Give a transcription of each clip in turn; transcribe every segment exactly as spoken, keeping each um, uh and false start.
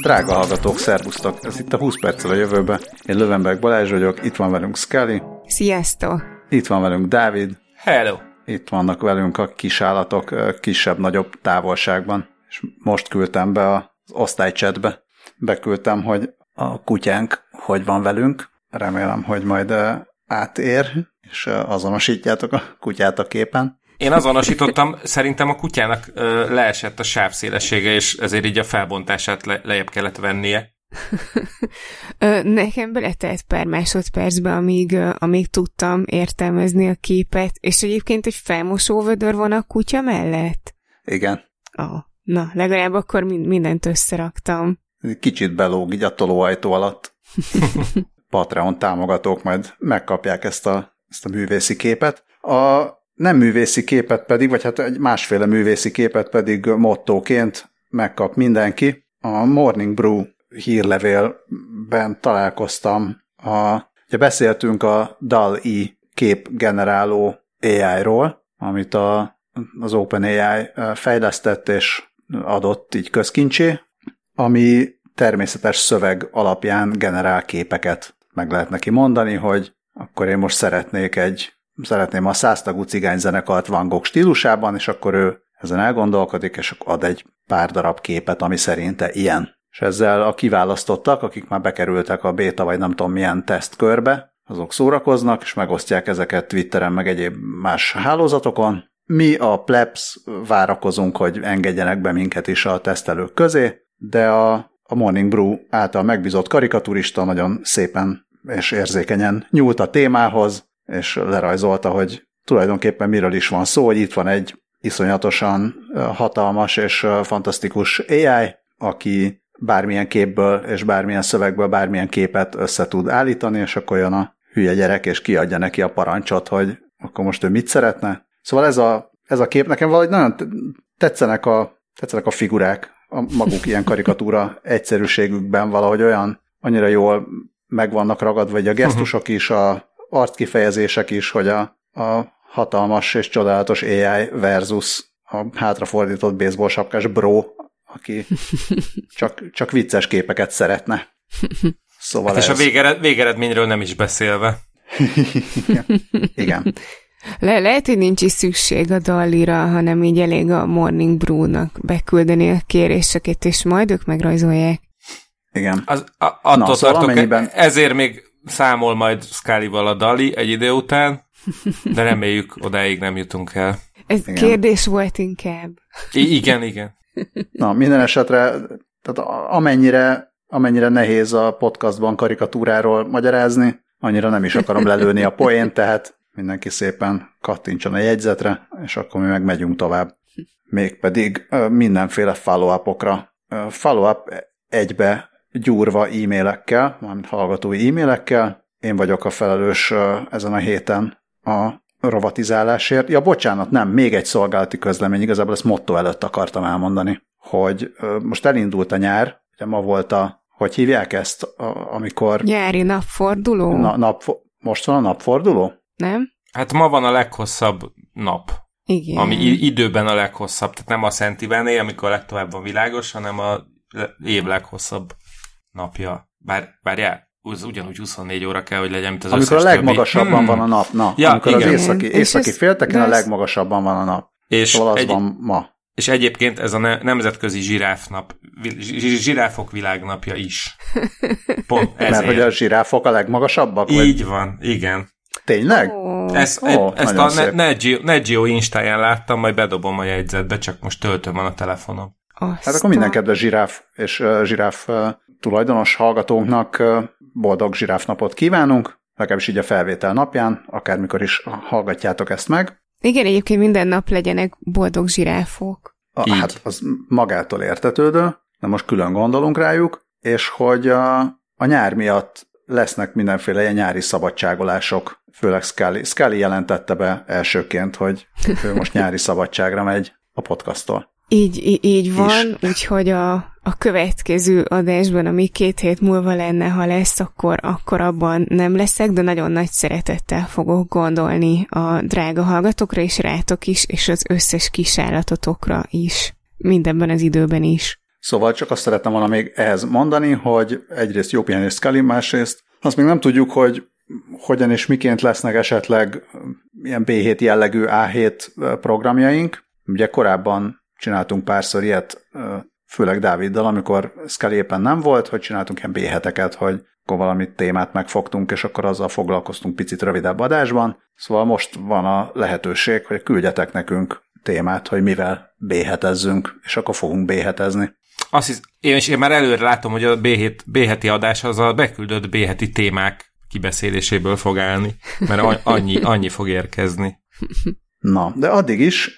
Drága hallgatók, szervusztok! Ez itt a húsz perccel a jövőbe. Én Lövenberg Balázs vagyok, itt van velünk Scully. Sziasztok! Itt van velünk Dávid. Hello! Itt vannak velünk a kisállatok kisebb-nagyobb távolságban. És most küldtem be az osztálychatbe. Beküldtem, hogy a kutyánk hogy van velünk. Remélem, hogy majd átér, és azonosítjátok a kutyát a képen. Én azonosítottam, szerintem a kutyának ö, leesett a sávszélessége, és ezért így a felbontását le, lejjebb kellett vennie. Nekem beletelt pár másodpercbe, amíg, amíg tudtam értelmezni a képet, és egyébként egy felmosóvödör van a kutya mellett? Igen. Oh, na, legalább akkor mindent összeraktam. Kicsit belóg így a tolóajtó alatt. Patreon támogatók majd megkapják ezt a, ezt a művészi képet. A nem művészi képet pedig, vagy hát egy másféle művészi képet pedig mottóként megkap mindenki. A Morning Brew hírlevélben találkoztam. A, ugye beszéltünk a D A L L-E képgeneráló á í-ról, amit a, az OpenAI fejlesztett és adott így közkincsé, ami természetes szöveg alapján generál képeket. Meg lehet neki mondani, hogy akkor én most szeretnék egy szeretném a száztagú cigányzenekart Van Gogh stílusában, és akkor ő ezen elgondolkodik, és ad egy pár darab képet, ami szerinte ilyen. És ezzel a kiválasztottak, akik már bekerültek a béta, vagy nem tudom milyen tesztkörbe, azok szórakoznak, és megosztják ezeket Twitteren, meg egyéb más hálózatokon. Mi a plebs várakozunk, hogy engedjenek be minket is a tesztelők közé, de a, a Morning Brew által megbízott karikaturista nagyon szépen és érzékenyen nyúlt a témához, és lerajzolta, hogy tulajdonképpen miről is van szó, hogy itt van egy iszonyatosan hatalmas és fantasztikus á í, aki bármilyen képből és bármilyen szövegből bármilyen képet össze tud állítani, és akkor jön a hülye gyerek, és kiadja neki a parancsot, hogy akkor most ő mit szeretne. Szóval ez a, ez a kép nekem valahogy nagyon tetszenek a, tetszenek a figurák, a maguk ilyen karikatúra egyszerűségükben valahogy olyan, annyira jól meg vannak ragadva, vagy a gesztusok is, a arckifejezések is, hogy a, a hatalmas és csodálatos á í versus a hátrafordított baseball sapkás bro, aki csak, csak vicces képeket szeretne. Szóval hát és ez... a végered, végeredményről nem is beszélve. Igen. Igen. Le, lehet, hogy nincs is szükség a D A L L-ra, hanem így elég a Morning Brew-nak beküldeni a kéréseket, és majd ők megrajzolják. Igen. Az, a, attól Na, szóval tartok, amennyiben... ezért még számol majd Scully-val a D A L L-e egy idő után, de reméljük odáig nem jutunk el. Ez igen. Kérdés volt inkább. I- igen, igen. Na, minden esetre, tehát amennyire, amennyire nehéz a podcastban karikatúráról magyarázni, annyira nem is akarom lelőni a poént, tehát mindenki szépen kattintson a jegyzetre, és akkor mi meg megyünk tovább. Mégpedig mindenféle follow-upokra. Follow-up egybe gyúrva e-mailekkel, mármint hallgatói e-mailekkel. Én vagyok a felelős ezen a héten a rovatizálásért. Ja, bocsánat, nem, még egy szolgálati közlemény, igazából ezt motto előtt akartam elmondani, hogy most elindult a nyár, ugye ma volt a, hogy hívják ezt, a, amikor... Nyári napforduló? Na, nap, most van a napforduló? Nem? Hát ma van a leghosszabb nap. Igen. Ami időben a leghosszabb, tehát nem a Szent Iváné, amikor a legtovább van világos, hanem a év leghosszabb napja. Bár, bárjál, az ugyanúgy huszonnégy óra kell, hogy legyen, mint az amikor összes a legmagasabban hmm. van a nap. Na, ja, amikor igen. az északi, északi félteken a legmagasabban van a nap. És szóval az egy, van ma. És egyébként ez a ne, nemzetközi zsiráfnap, zsiráfok világnapja is. Pont ezért. Mert hogy a zsiráfok a legmagasabbak? Így vagy? van, igen. Tényleg? Oh. Ezt, oh, ezt a Net Geo Instáján láttam, majd bedobom a jegyzetbe, csak most töltöm van a telefonom. Aztán... Hát akkor minden kedves zsiráf és uh, zsiráf uh, tulajdonos hallgatónknak uh, boldog zsiráfnapot kívánunk, legalábbis így a felvétel napján, akármikor is hallgatjátok ezt meg. Igen, egyébként minden nap legyenek boldog zsiráfok. A, hát az magától értetődő, de most külön gondolunk rájuk, és hogy a, a nyár miatt lesznek mindenféle ilyen nyári szabadságolások, főleg Scully. Scully jelentette be elsőként, hogy ő most nyári szabadságra megy a podcasttól. Így, így, így van, úgyhogy a, a következő adásban, ami két hét múlva lenne, ha lesz, akkor, akkor abban nem leszek, de nagyon nagy szeretettel fogok gondolni a drága hallgatókra, és rátok is, és az összes kisállatotokra is. Mindenben az időben is. Szóval csak azt szerettem volna még ehhez mondani, hogy egyrészt jó pihenés Scully, másrészt azt még nem tudjuk, hogy hogyan és miként lesznek esetleg ilyen bé hét jellegű á hét programjaink. Ugye korábban csináltunk párszor ilyet, főleg Dáviddal, amikor Scully éppen nem volt, hogy csináltunk ilyen bé heteket, hogy akkor valami témát megfogtunk, és akkor azzal foglalkoztunk picit rövidebb adásban. Szóval most van a lehetőség, hogy küldjetek nekünk témát, hogy mivel bé hetezzünk, és akkor fogunk bé hetezni. Azt hisz, én, és én már előre látom, hogy a bé hét, bé heti adás az a beküldött bé heti témák kibeszéléséből fog állni, mert annyi, annyi fog érkezni. Na, de addig is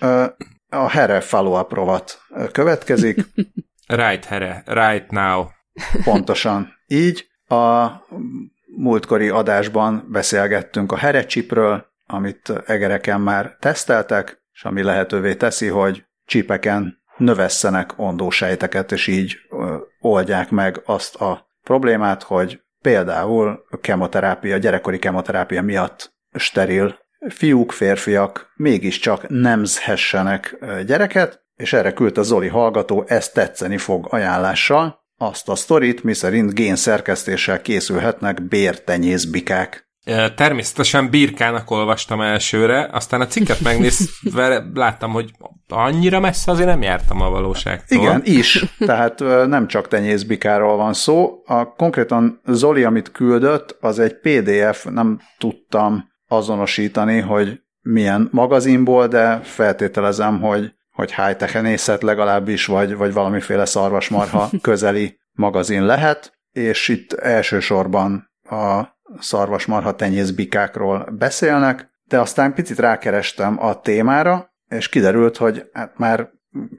a Here follow-up rovat következik. Right, Here, right now. Pontosan így. A múltkori adásban beszélgettünk a Here chipről, amit egereken már teszteltek, és ami lehetővé teszi, hogy csipeken növesszenek ondósejteket, és így oldják meg azt a problémát, hogy például a kemoterápia, gyerekkori kemoterápia miatt steril fiúk, férfiak mégiscsak nemzhessenek gyereket, és erre küldte Zoli hallgató, ezt tetszeni fog ajánlással, azt a sztorit, miszerint génszerkesztéssel készülhetnek bértenyészbikák. Természetesen birkának olvastam elsőre, aztán a cikket megnézve láttam, hogy annyira messze azért nem jártam a valóságtól. Igen, is. Tehát nem csak tenyészbikáról van szó. A konkrétan Zoli, amit küldött, az egy pé dé ef, nem tudtam azonosítani, hogy milyen magazinból, de feltételezem, hogy, hogy high-techenészet legalábbis, vagy, vagy valamiféle szarvasmarha közeli magazin lehet, és itt elsősorban a szarvasmarha tenyészbikákról beszélnek, de aztán picit rákerestem a témára, és kiderült, hogy hát már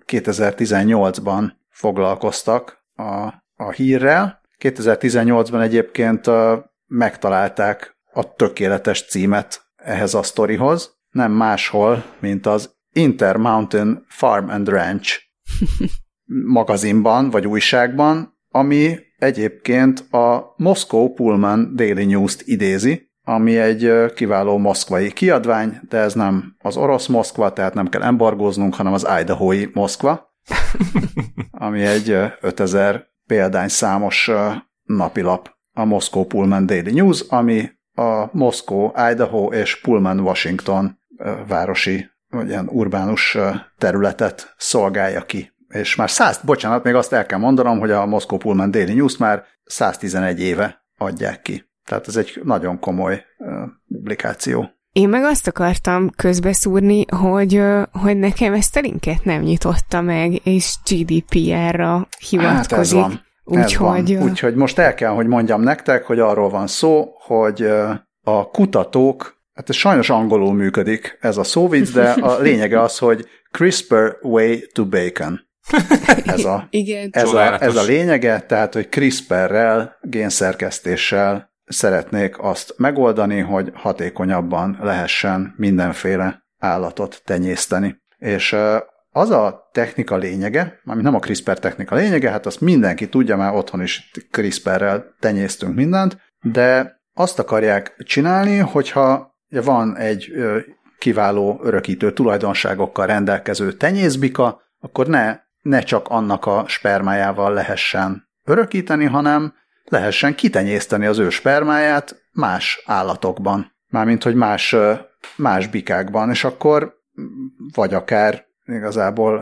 kétezer-tizennyolcban foglalkoztak a, a hírrel. kétezer-tizennyolcban egyébként uh, megtalálták a tökéletes címet ehhez a sztorihoz, nem máshol, mint az Intermountain Farm and Ranch magazinban, vagy újságban, ami egyébként a Moscow Pullman Daily News-t idézi, ami egy kiváló moszkvai kiadvány, de ez nem az orosz Moszkva, tehát nem kell embargóznunk, hanem az idahói Moszkva, ami egy ötezer példány számos napilap, a Moscow Pullman Daily News, ami a Moscow, Idaho és Pullman, Washington városi, ilyen urbánus területet szolgálja ki. És már száz, bocsánat, még azt el kell mondanom, hogy a Moscow Pullman Daily News már száztizenegy éve adják ki. Tehát ez egy nagyon komoly uh, publikáció. Én meg azt akartam közbeszúrni, hogy, hogy nekem ezt a linket nem nyitotta meg, és gé dé pé er-ra hivatkozik. Hát ez van. Úgyhogy uh... Úgy, most el kell, hogy mondjam nektek, hogy arról van szó, hogy uh, a kutatók, hát ez sajnos angolul működik ez a szóvic, de a lényege az, hogy CRISPR way to bacon. Ez a, Igen. ez, a, ez a lényege, tehát, hogy CRISPR-rel, génszerkesztéssel szeretnék azt megoldani, hogy hatékonyabban lehessen mindenféle állatot tenyészteni. És az a technika lényege, ami nem a CRISPR technika lényege, hát azt mindenki tudja, már otthon is CRISPR-rel tenyésztünk mindent, de azt akarják csinálni, hogyha van egy kiváló örökítő tulajdonságokkal rendelkező tenyészbika, akkor ne ne csak annak a spermájával lehessen örökíteni, hanem lehessen kitenyészteni az ő spermáját más állatokban. Mármint, hogy más, más bikákban, és akkor vagy akár igazából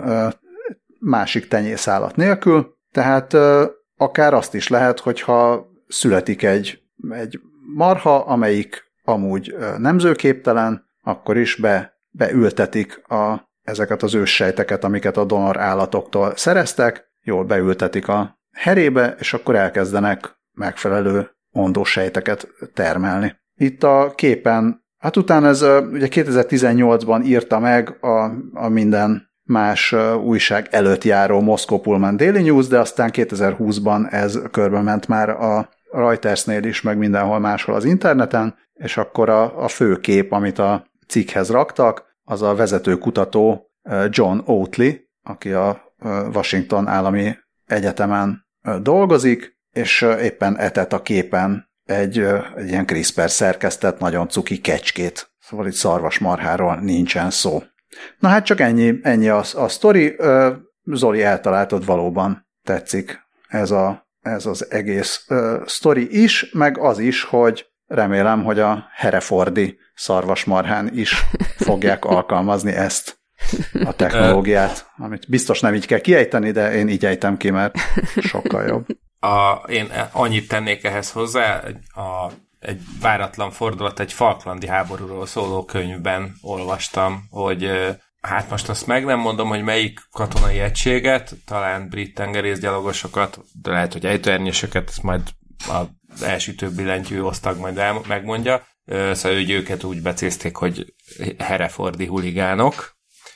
másik tenyészállat nélkül, tehát akár azt is lehet, hogyha születik egy, egy marha, amelyik amúgy nemzőképtelen, akkor is be, beültetik a ezeket az őssejteket, amiket a donor állatoktól szereztek, jól beültetik a herébe, és akkor elkezdenek megfelelő ondósejteket termelni. Itt a képen, hát utána ez ugye kétezer-tizennyolcban írta meg a, a minden más újság előtt járó Moscow Pullman Daily News, de aztán kétezer-húszban ez körbe ment már a Reutersnél is, meg mindenhol máshol az interneten, és akkor a, a fő kép, amit a cikkhez raktak, az a vezető kutató John Oatley, aki a Washington Állami Egyetemen dolgozik, és éppen etet a képen egy, egy ilyen CRISPR szerkesztett nagyon cuki kecskét. Szóval itt szarvasmarháról nincsen szó. Na hát csak ennyi, ennyi a, a sztori. Zoli, eltaláltad valóban. tetszik ez, a, ez az egész uh, sztori is, meg az is, hogy remélem, hogy a Herefordi szarvasmarhán is fogják alkalmazni ezt a technológiát, amit biztos nem így kell kiejteni, de én így ejtem ki, mert sokkal jobb. A, én annyit tennék ehhez hozzá, a, egy váratlan fordulat, egy falklandi háborúról szóló könyvben olvastam, hogy hát most azt meg nem mondom, hogy melyik katonai egységet, talán brit tengerészgyalogosokat, de lehet, hogy ejtőernyősöket, ezt majd az elsütő billentyű osztag majd el, megmondja. Szóval hogy őket úgy becézték, hogy herefordi huligánok,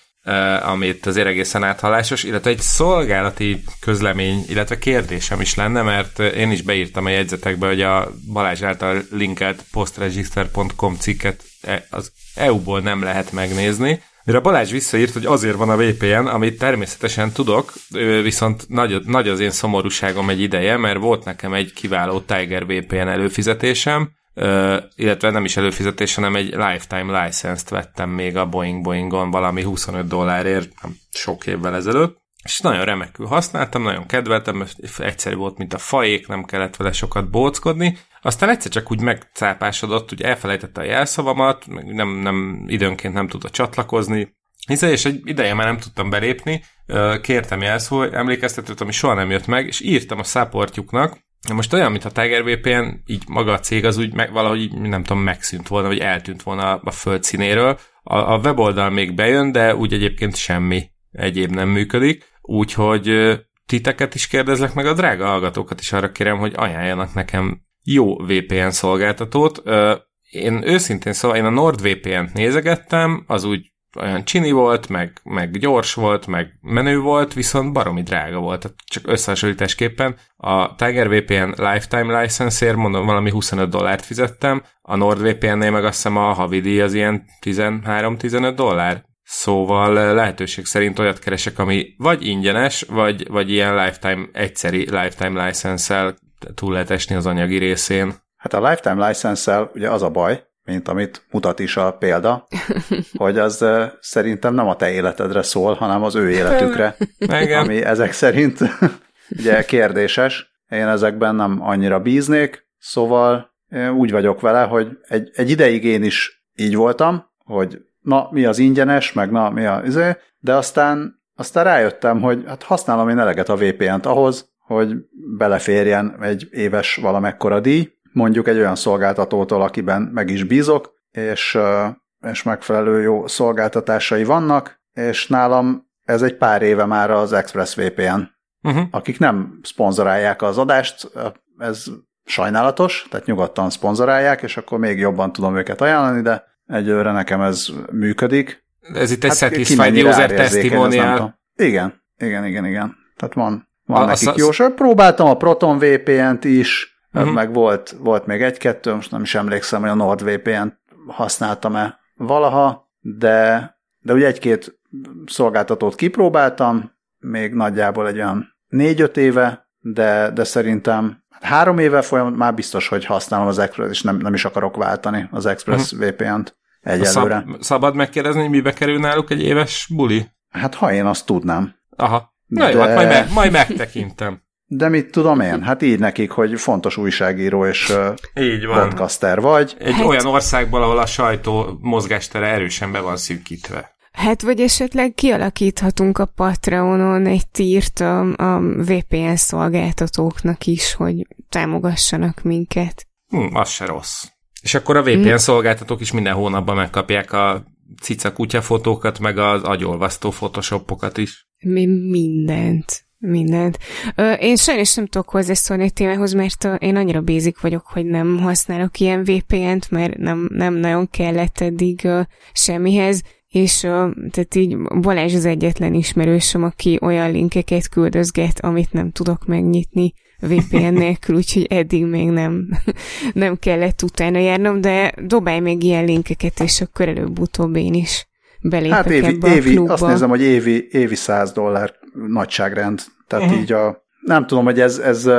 amit azért egészen áthallásos, illetve egy szolgálati közlemény, illetve kérdésem is lenne, mert én is beírtam a jegyzetekbe, hogy a Balázs által linkelt postregister pont com cikket az é u-ból nem lehet megnézni, mire a Balázs visszaírt, hogy azért van a vé pé en, amit természetesen tudok, viszont nagy, nagy az én szomorúságom egy ideje, mert volt nekem egy kiváló Tiger vé pé en előfizetésem, Uh, illetve nem is előfizetés, hanem egy lifetime license-t vettem még a Boeing Boeingon valami huszonöt dollárért sok évvel ezelőtt, és nagyon remekül használtam, nagyon kedveltem, egyszerű volt, mint a faék, nem kellett vele sokat bóckodni, aztán egyszer csak úgy megcápásodott, úgy elfelejtette a jelszavamat, nem, nem, időnként nem tudta csatlakozni, és egy ideje már nem tudtam belépni, kértem jelszó emlékeztetőt, ami soha nem jött meg, és írtam a supportjuknak. Most olyan, mint a Tiger vé pé en, így maga a cég az úgy meg, valahogy nem tudom, megszűnt volna, vagy eltűnt volna a föld színéről. A, a weboldal még bejön, de úgy egyébként semmi egyéb nem működik. Úgyhogy titeket is kérdezlek, meg a drága hallgatókat is arra kérem, hogy ajánljanak nekem jó vé pé en szolgáltatót. Én őszintén szóval én a NordVPN-t nézegettem, az úgy olyan csini volt, meg, meg gyors volt, meg menő volt, viszont baromi drága volt. Tehát csak összehasonlításképpen a Tiger vé pé en lifetime license-ért mondom, valami huszonöt dollárt fizettem, a NordVPN-nél meg azt hiszem a havidíj az ilyen tizenhárom-tizenöt dollár. Szóval lehetőség szerint olyat keresek, ami vagy ingyenes, vagy, vagy ilyen lifetime, egyszeri lifetime license-szel túl lehet esni az anyagi részén. Hát a lifetime license-szel ugye az a baj, mint amit mutat is a példa, hogy az uh, szerintem nem a te életedre szól, hanem az ő életükre, ami ezek szerint ugye kérdéses. Én ezekben nem annyira bíznék, szóval úgy vagyok vele, hogy egy, egy ideig én is így voltam, hogy na, mi az ingyenes, meg na, mi a izé, de aztán, aztán rájöttem, hogy hát használom én eleget a vé pé en-t ahhoz, hogy beleférjen egy éves valamekkora díj, mondjuk egy olyan szolgáltatótól, akiben meg is bízok, és, és megfelelő jó szolgáltatásai vannak, és nálam ez egy pár éve már az ExpressVPN. Uh-huh. Akik nem szponzorálják az adást, ez sajnálatos, tehát nyugodtan szponzorálják, és akkor még jobban tudom őket ajánlani, de egyőre nekem ez működik. Ez itt egy hát satisfied user testimonial. Igen, igen, igen, igen. Tehát van, van a, nekik a, jó. A, próbáltam a Proton vé pé en-t is, uh-huh. meg volt, volt még egy-kettő, most nem is emlékszem, hogy a NordVPN-t használtam-e valaha, de, de ugye egy-két szolgáltatót kipróbáltam, még nagyjából egy olyan négy-öt éve, de, de szerintem három éve folyam, már biztos, hogy használom az Express, és nem, nem is akarok váltani az ExpressVPN-t egyelőre. Szab, szabad megkérdezni, hogy mibe kerül náluk egy éves buli? Hát ha én azt tudnám. Aha. Na de... jó, hát majd, me, majd megtekintem. De mit tudom én? Hát így nekik, hogy fontos újságíró és így van. Podcaster vagy. Egy hát... olyan országból, ahol a sajtó mozgástere erősen be van szűkítve. Hát, vagy esetleg kialakíthatunk a Patreonon egy tírt a, a vé pé en szolgáltatóknak is, hogy támogassanak minket. Hm, az se rossz. És akkor a vé pé en hm. szolgáltatók is minden hónapban megkapják a cica kutya fotókat, meg az agyolvasztó photoshopokat is. Mi mindent. Mindent. Én sajnos nem tudok hozzászólni a témához, mert én annyira basic vagyok, hogy nem használok ilyen vé pé en-t, mert nem, nem nagyon kellett eddig semmihez, és tehát így Balázs az egyetlen ismerősöm, aki olyan linkeket küldözget, amit nem tudok megnyitni vé pé en nélkül, úgyhogy eddig még nem, nem kellett utána járnom, de dobálj még ilyen linkeket, és akkor előbb-utóbb én is belépek hát évi, ebbe a évi, klubba. Azt nézem, hogy évi, évi száz dollár nagyságrend. Tehát uh-huh. így a... Nem tudom, hogy ez, ez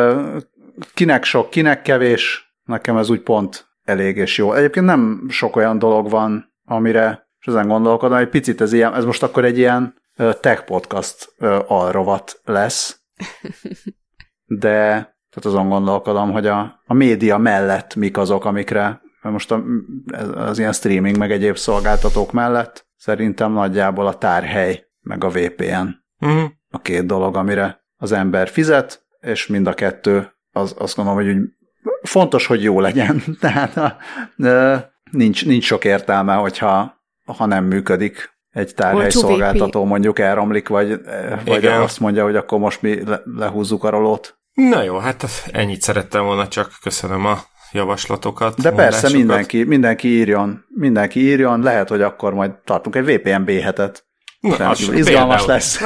kinek sok, kinek kevés, nekem ez úgy pont elég és jó. Egyébként nem sok olyan dolog van, amire, és ezen gondolkodom, egy picit ez ilyen, ez most akkor egy ilyen tech podcast alrovat lesz. De tehát azon gondolkodom, hogy a, a média mellett mik azok, amikre most a, az ilyen streaming meg egyéb szolgáltatók mellett szerintem nagyjából a tárhely meg a vé pé en. Uh-huh. A két dolog, amire az ember fizet, és mind a kettő az, azt gondolom, hogy úgy fontos, hogy jó legyen. Tehát a, de nincs, nincs sok értelme, hogyha ha nem működik egy tárhely szolgáltató, mondjuk elromlik, vagy, vagy azt mondja, hogy akkor most mi le, lehúzzuk a rolót. Na jó, hát ennyit szerettem volna, csak köszönöm a javaslatokat. De persze mindenki, mindenki írjon, mindenki írjon, lehet, hogy akkor majd tartunk egy vé pé en bé hetet. Na, izgalmas lesz.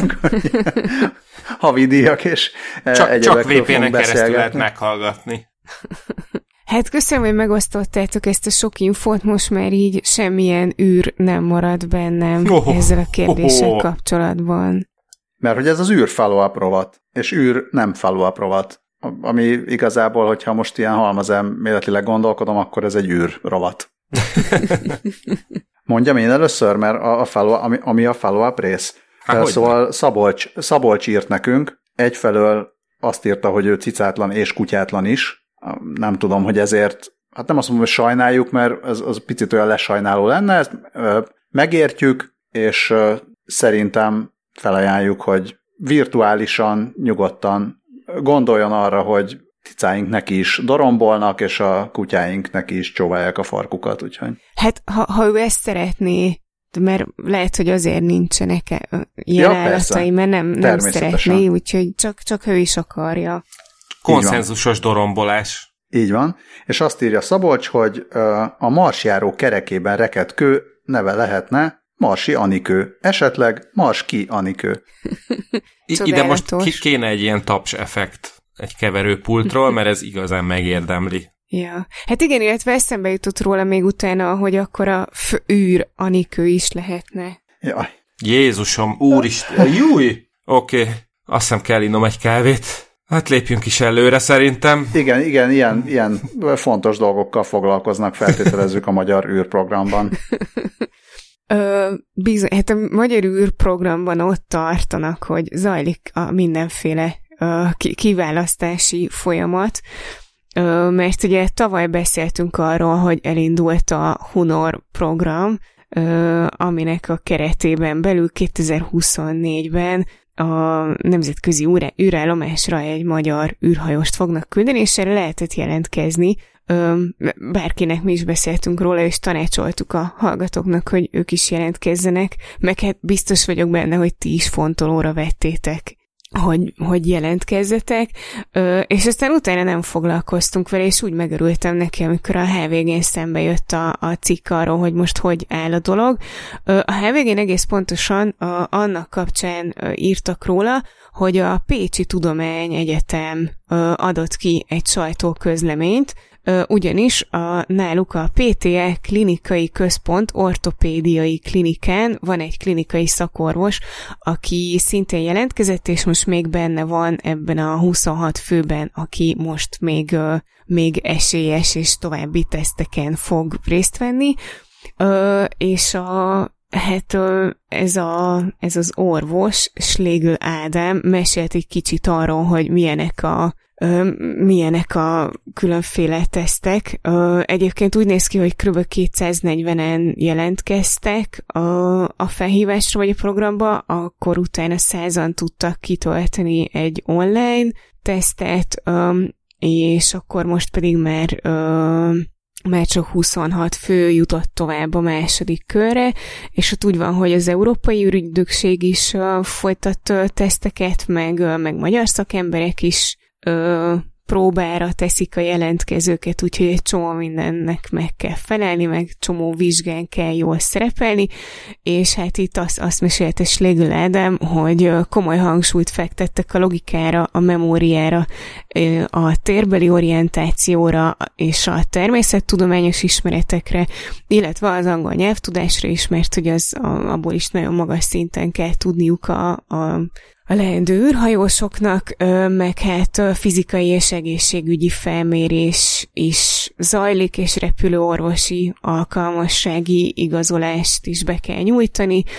Havi díjak és csak, csak vé pé en-en keresztül lehet meghallgatni. Hát köszönöm, hogy megosztottátok ezt a sok infót, most már így semmilyen űr nem marad bennem oh, ezzel a kérdéssel oh, oh. kapcsolatban. Mert hogy ez az űr follow-up rovat, és űr nem follow-up rovat. Ami igazából, hogyha most ilyen halmazemléletileg gondolkodom, akkor ez egy űr rovat. Mondjam én először, mert a, a follow, ami, ami a follow-up rész. Há, szóval Szabolcs, Szabolcs írt nekünk, egyfelől azt írta, hogy ő cicátlan és kutyátlan is. Nem tudom, hogy ezért, hát nem azt mondom, hogy sajnáljuk, mert ez az picit olyan lesajnáló lenne, ezt ö, megértjük, és ö, szerintem felajánljuk, hogy virtuálisan, nyugodtan gondoljon arra, hogy cicáink neki is dorombolnak, és a kutyáink neki is csóválják a farkukat, úgyhogy. Hát, ha, ha ő ezt szeretné, mert lehet, hogy azért nincsenek ilyen ja, állatai, mert nem, nem szeretné, úgyhogy csak, csak ő is akarja. Konszenzusos dorombolás. Így van, és azt írja Szabolcs, hogy a marsjáró kerekében rekedt kő neve lehetne Marsi Anikő, esetleg Marski Anikő. Ide most ki kéne egy ilyen taps effekt egy keverőpultról, mert ez igazán megérdemli. Ja, hát igen, illetve eszembe jutott róla még utána, hogy akkor a fűr Anikő is lehetne. Jaj. Jézusom, úristen, júj! Oké, okay. Azt hiszem kell innom egy kávét. Hát lépjünk is előre szerintem. Igen, igen, ilyen, ilyen fontos dolgokkal foglalkoznak, feltételezzük a magyar űrprogramban. Ö, bizony, hát a magyar űrprogramban ott tartanak, hogy zajlik a mindenféle ö, kiválasztási folyamat, ö, mert ugye tavaly beszéltünk arról, hogy elindult a Hunor program, ö, aminek a keretében belül kétezer-huszonnégyben a nemzetközi űrállomásra egy magyar űrhajóst fognak küldeni, és erre lehetett jelentkezni. Bárkinek mi is beszéltünk róla, és tanácsoltuk a hallgatóknak, hogy ők is jelentkezzenek, meg hát biztos vagyok benne, hogy ti is fontolóra vettétek, hogy, hogy jelentkezzetek, és aztán utána nem foglalkoztunk vele, és úgy megörültem neki, amikor a há vé gén szembe jött a, a cikk arról, hogy most hogy áll a dolog. A há vé gén egész pontosan a, annak kapcsán írtak róla, hogy a Pécsi Tudományegyetem adott ki egy sajtóközleményt, ugyanis a, náluk a pé té e klinikai központ ortopédiai klinikán van egy klinikai szakorvos, aki szintén jelentkezett, és most még benne van ebben a huszonhat főben, aki most még, még esélyes és további teszteken fog részt venni, és a Hát ez, a, ez az orvos, Schlegel Ádám mesélt egy kicsit arról, hogy milyenek a, milyenek a különféle tesztek. Egyébként úgy néz ki, hogy kb. kétszáznegyvenen jelentkeztek a, a felhívásra vagy a programba, akkor utána százan tudtak kitölteni egy online tesztet, és akkor most pedig már... már csak huszonhat fő jutott tovább a második körre, és ott úgy van, hogy az Európai űrügynökség is uh, folytat uh, teszteket, meg, uh, meg magyar szakemberek is uh, próbára teszik a jelentkezőket, úgyhogy egy csomó mindennek meg kell felelni, meg csomó vizsgán kell jól szerepelni, és hát itt azt, azt mesélte Schlegel Ádám, hogy komoly hangsúlyt fektettek a logikára, a memóriára, a térbeli orientációra és a természettudományos ismeretekre, illetve az angol nyelvtudásra is, mert hogy az abból is nagyon magas szinten kell tudniuk a, a a leendő űrhajósoknak, meg hát fizikai és egészségügyi felmérés is zajlik, és repülőorvosi alkalmassági igazolást is be kell nyújtani,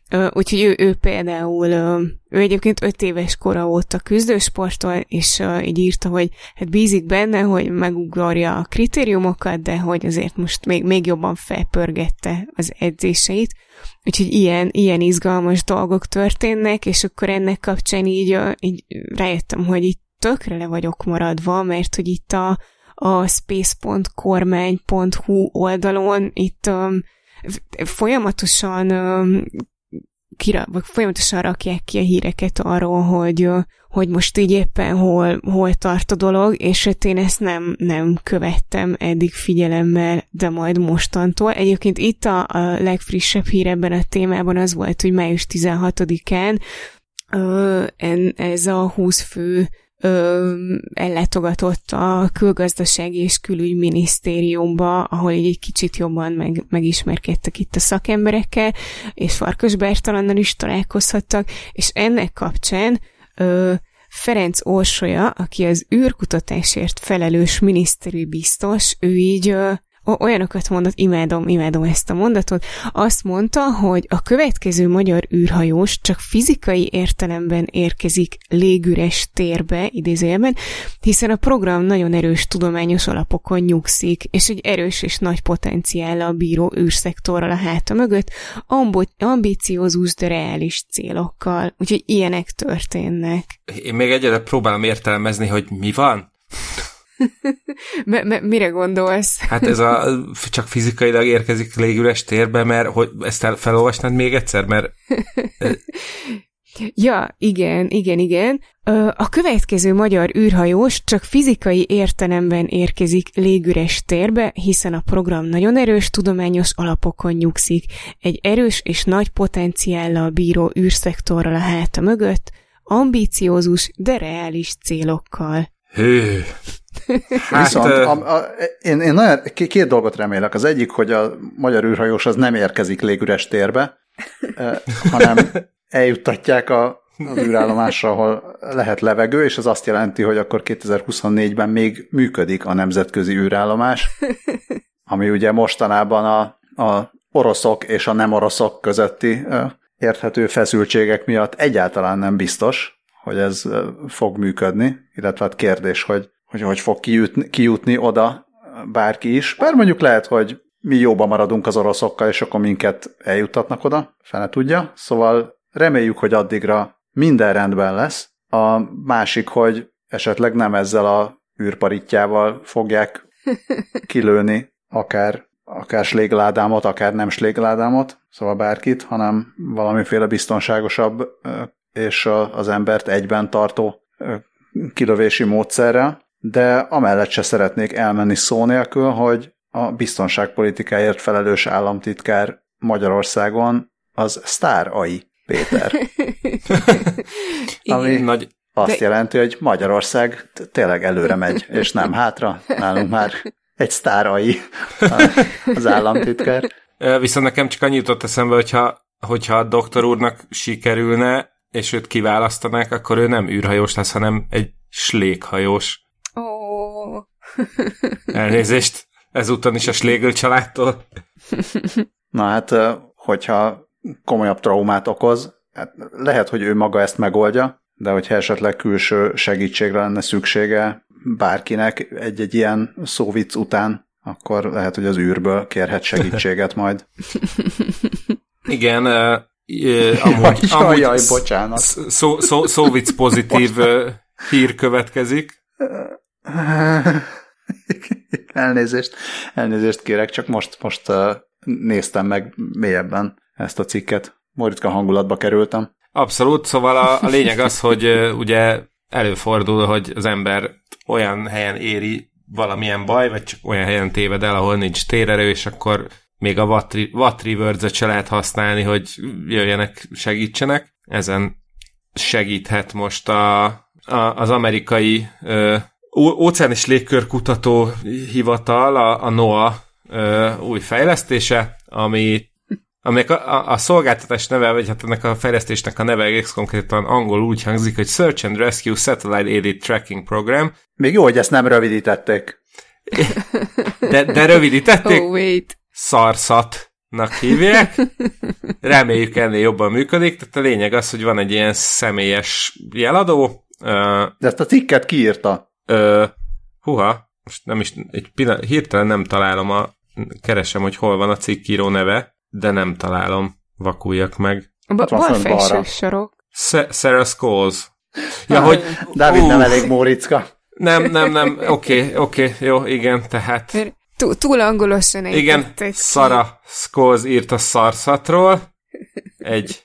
Úgyhogy ő, ő például, ő egyébként öt éves kora óta küzdősportol, és így írta, hogy hát bízik benne, hogy megugorja a kritériumokat, de hogy azért most még, még jobban felpörgette az edzéseit. Úgyhogy ilyen, ilyen izgalmas dolgok történnek, és akkor ennek kapcsán így, így rájöttem, hogy itt tökre le vagyok maradva, mert hogy itt a, a space pont kormány pont hu oldalon itt um, folyamatosan um, kira, vagy folyamatosan rakják ki a híreket arról, hogy, hogy most így éppen hol, hol tart a dolog, és én ezt nem, nem követtem eddig figyelemmel, de majd mostantól. Egyébként itt a, a legfrissebb hír ebben a témában az volt, hogy május tizenhatodikán ö, en, ez a húsz fő Ö, ellátogatott a külgazdasági és külügyminisztériumba, ahol így egy kicsit jobban meg, megismerkedtek itt a szakemberekkel, és Farkas Bertalannal is találkozhattak, és ennek kapcsán ö, Ferenc Orsolya, aki az űrkutatásért felelős miniszteri biztos, ő így ö, olyanokat mondott, imádom, imádom ezt a mondatot, azt mondta, hogy a következő magyar űrhajós csak fizikai értelemben érkezik légüres térbe, idézőjelben, hiszen a program nagyon erős tudományos alapokon nyugszik, és egy erős és nagy potenciállal bíró űrszektorral a háta mögött, amb- ambiciózus, de reális célokkal. Úgyhogy ilyenek történnek. Én még egyre próbálom értelmezni, hogy mi van? M- m- mire gondolsz? Hát ez a csak fizikailag érkezik légüres térbe, mert hogy ezt felolvasnád még egyszer, mert... Ja, igen, igen, igen. A következő magyar űrhajós csak fizikai értelemben érkezik légüres térbe, hiszen a program nagyon erős tudományos alapokon nyugszik, egy erős és nagy potenciállal bíró űrszektorral a háta mögött, ambiciózus, de reális célokkal. Hű... Hát, Viszont a, a, én, én nagyon, két dolgot remélek. Az egyik, hogy a magyar űrhajós az nem érkezik légüres térbe, eh, hanem eljuttatják a, az űrállomásra, ahol lehet levegő, és ez azt jelenti, hogy akkor kétezer-huszonnégyben még működik a nemzetközi űrállomás, ami ugye mostanában a, a oroszok és a nem oroszok közötti eh, érthető feszültségek miatt egyáltalán nem biztos, hogy ez eh, fog működni, illetve hát kérdés, hogy hogy hogy fog kijutni, kijutni oda bárki is. Bár mondjuk lehet, hogy mi jóban maradunk az oroszokkal, és akkor minket eljuttatnak oda, fene tudja. Szóval reméljük, hogy addigra minden rendben lesz. A másik, hogy esetleg nem ezzel a űrparitjával fogják kilőni akár, akár slégládámot, akár nem slégládámot, szóval bárkit, hanem valamiféle biztonságosabb és az embert egyben tartó kilövési módszerrel. De amellett se szeretnék elmenni szó nélkül, hogy a biztonságpolitikáért felelős államtitkár Magyarországon az Sztár Ai Péter. Ami Nagy... azt jelenti, hogy Magyarország tényleg előre megy, és nem hátra. Nálunk már egy Sztár Ai az államtitkár. Viszont nekem csak annyit jutott eszembe, hogyha, hogyha a doktor úrnak sikerülne, és őt kiválasztanák, akkor ő nem űrhajós lesz, hanem egy sléghajós. Oh. Elnézést, ezúttal is a Schlegel családtól. Na hát, hogyha komolyabb traumát okoz, hát lehet, hogy ő maga ezt megoldja, de hogyha esetleg külső segítségre lenne szüksége bárkinek egy-egy ilyen szóvic után, akkor lehet, hogy az űrből kérhet segítséget majd. Igen, uh, uh, amúgy, jaj, amúgy jaj, bocsánat. Szó, szó, szóvic pozitív uh, hír következik. Elnézést, elnézést kérek, csak most, most uh, néztem meg mélyebben ezt a cikket. Moritka hangulatba kerültem. Abszolút, szóval a, a lényeg az, hogy uh, ugye előfordul, hogy az ember olyan helyen éri valamilyen baj, vagy csak olyan helyen téved el, ahol nincs térerő, és akkor még a Watt Rewards-et se lehet használni, hogy jöjjenek, segítsenek. Ezen segíthet most a, a, az amerikai ö, óceán és légkörkutató hivatal, a, a NOAA ö, új fejlesztése, ami, aminek a, a, a szolgáltatás neve, vagy hát ennek a fejlesztésnek a neve egész konkrétan angol úgy hangzik, hogy Search and Rescue Satellite Aided Tracking Program. Még jó, hogy ezt nem rövidítették. De, de rövidítették? Oh, wait. Szarszat. Sara-nak hívják. Reméljük ennél jobban működik. Tehát a lényeg az, hogy van egy ilyen személyes jeladó. De ezt a cikket kiírta? Ö, huha, most nem is, egy pillanat, hirtelen nem találom a, keresem, hogy hol van a cikkíró neve, de nem találom. Vakuljak meg. Ba- bal felső sorok. Sarah Scholes. Ja, hogy... Dávid uh, nem elég Móriczka. Nem, nem, nem, oké, okay, oké, okay, jó, igen, tehát... Túl, túl angolosan egy. Igen, Sarah Scholes írt a szarszatról egy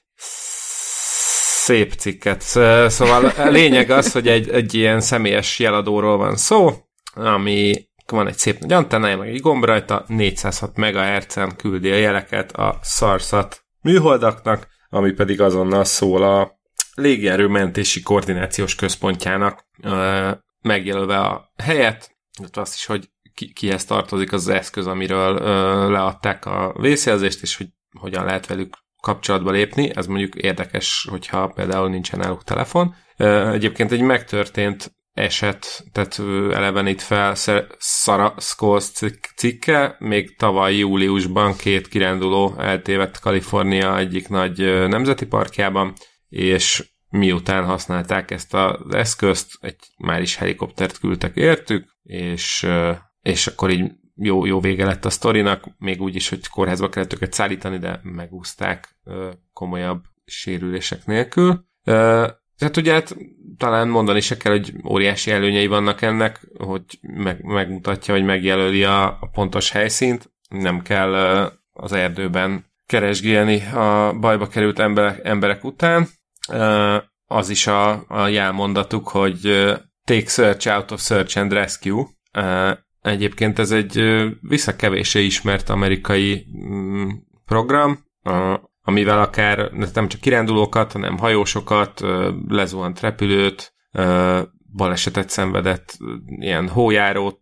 szép cikket. Szóval a lényeg az, hogy egy, egy ilyen személyes jeladóról van szó, ami van egy szép nagy antennája, meg egy gomb rajta, négyszázhat megahertzen küldi a jeleket a szarszat műholdaknak, ami pedig azonnal szól a légierő mentési koordinációs központjának, megjelölve a helyet, azt is, hogy ki, kihez tartozik az, az eszköz, amiről leadták a vészjelzést, és hogy hogyan lehet velük kapcsolatba lépni. Ez mondjuk érdekes, hogyha például nincsen náluk telefon. Egyébként egy megtörtént eset, tehát elevenít fel Sarah Scholes cikke, még tavaly júliusban két kiránduló eltévedt Kalifornia egyik nagy nemzeti parkjában, és miután használták ezt az eszközt, egy már is helikoptert küldtek értük, és, és akkor így jó, jó vége lett a sztorinak, még úgy is, hogy kórházba kellett őket szállítani, de megúszták komolyabb sérülések nélkül. Tehát ugye hát talán mondani se kell, hogy óriási előnyei vannak ennek, hogy meg, megmutatja, hogy megjelöli a, a pontos helyszínt, nem kell az erdőben keresgélni a bajba került emberek, emberek után. Az is a, a jelmondatuk, hogy take search out of search and rescue. Egyébként ez egy visszakevéssé ismert amerikai program, amivel akár nem csak kirándulókat, hanem hajósokat, lezuhant repülőt, balesetet szenvedett ilyen hójáró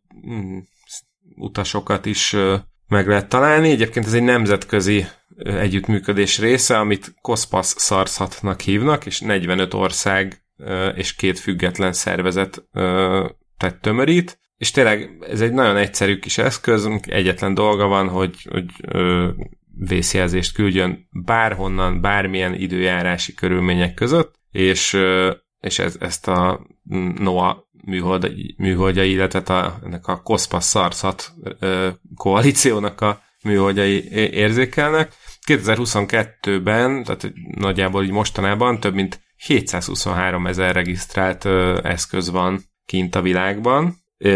utasokat is meg lehet találni. Egyébként ez egy nemzetközi együttműködés része, amit COSPAS SARSAT-nak hívnak, és negyvenöt ország és két független szervezet tehát tömörít, és tényleg ez egy nagyon egyszerű kis eszköz, egyetlen dolga van, hogy, hogy vészjelzést küldjön bárhonnan, bármilyen időjárási körülmények között, és, és ez, ezt a NOAA műhold, műholdjai, illetve a, ennek a COSPAS SARSAT koalíciónak a műholdjai érzékelnek. kétezer-huszonkettőben, tehát nagyjából így mostanában több mint hétszázhuszonhárom ezer regisztrált eszköz van kint a világban,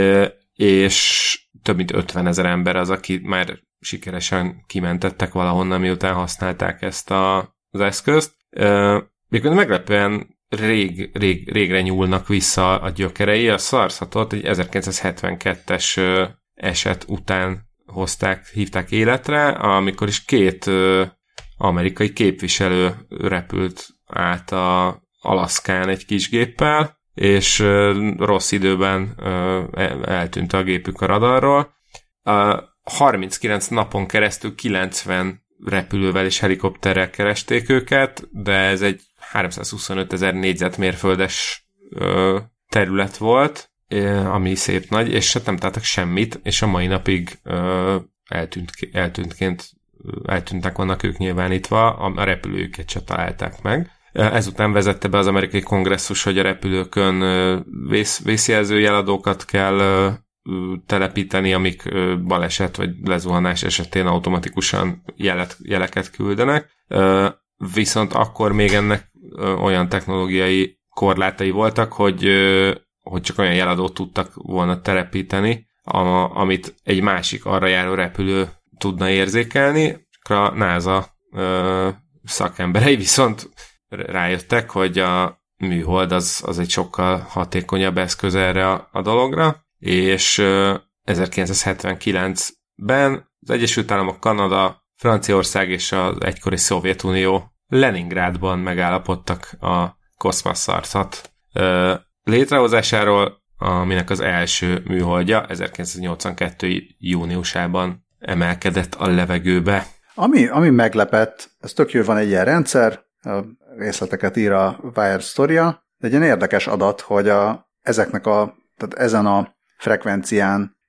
és több mint ötven ezer ember az, aki már sikeresen kimentettek valahonnan, miután használták ezt a, az eszközt. Még meglepően rég, rég, régre nyúlnak vissza a gyökerei. A SARSAT-ot egy ezerkilencszázhetvenkettes eset után hozták, hívták életre, amikor is két amerikai képviselő repült át a Alaszkán egy kis géppel, és rossz időben eltűnt a gépük a radarról. harminckilenc napon keresztül kilencven repülővel és helikopterrel keresték őket, de ez egy háromszázhuszonöt ezer négyzetmérföldes terület volt, ami szép nagy, és nem találtak semmit, és a mai napig eltűnt, eltűntként eltűntek vannak ők nyilvánítva, a repülőjüket se találták meg. Ezután vezette be az amerikai kongresszus, hogy a repülőkön vész, vészjelző jeladókat kell telepíteni, amik baleset vagy lezuhanás esetén automatikusan jelet, jeleket küldenek. Viszont akkor még ennek olyan technológiai korlátai voltak, hogy, hogy csak olyan jeladót tudtak volna telepíteni, amit egy másik arra járó repülő tudna érzékelni. A NASA szakemberei viszont rájöttek, hogy a műhold az, az egy sokkal hatékonyabb eszköz erre a, a dologra, és ezerkilencszázhetvenkilencben az Egyesült Államok, Kanada, Franciaország és az egykori Szovjetunió Leningrádban megállapodtak a COSPAS SARSAT létrehozásáról, aminek az első műholdja ezerkilencszáznyolcvankettő júniusában emelkedett a levegőbe. Ami, ami meglepett, ez tök jó, van egy ilyen rendszer, a részleteket ír a Wire Story-a, de egy ilyen érdekes adat, hogy a, ezeknek a, tehát ezen a frekvencián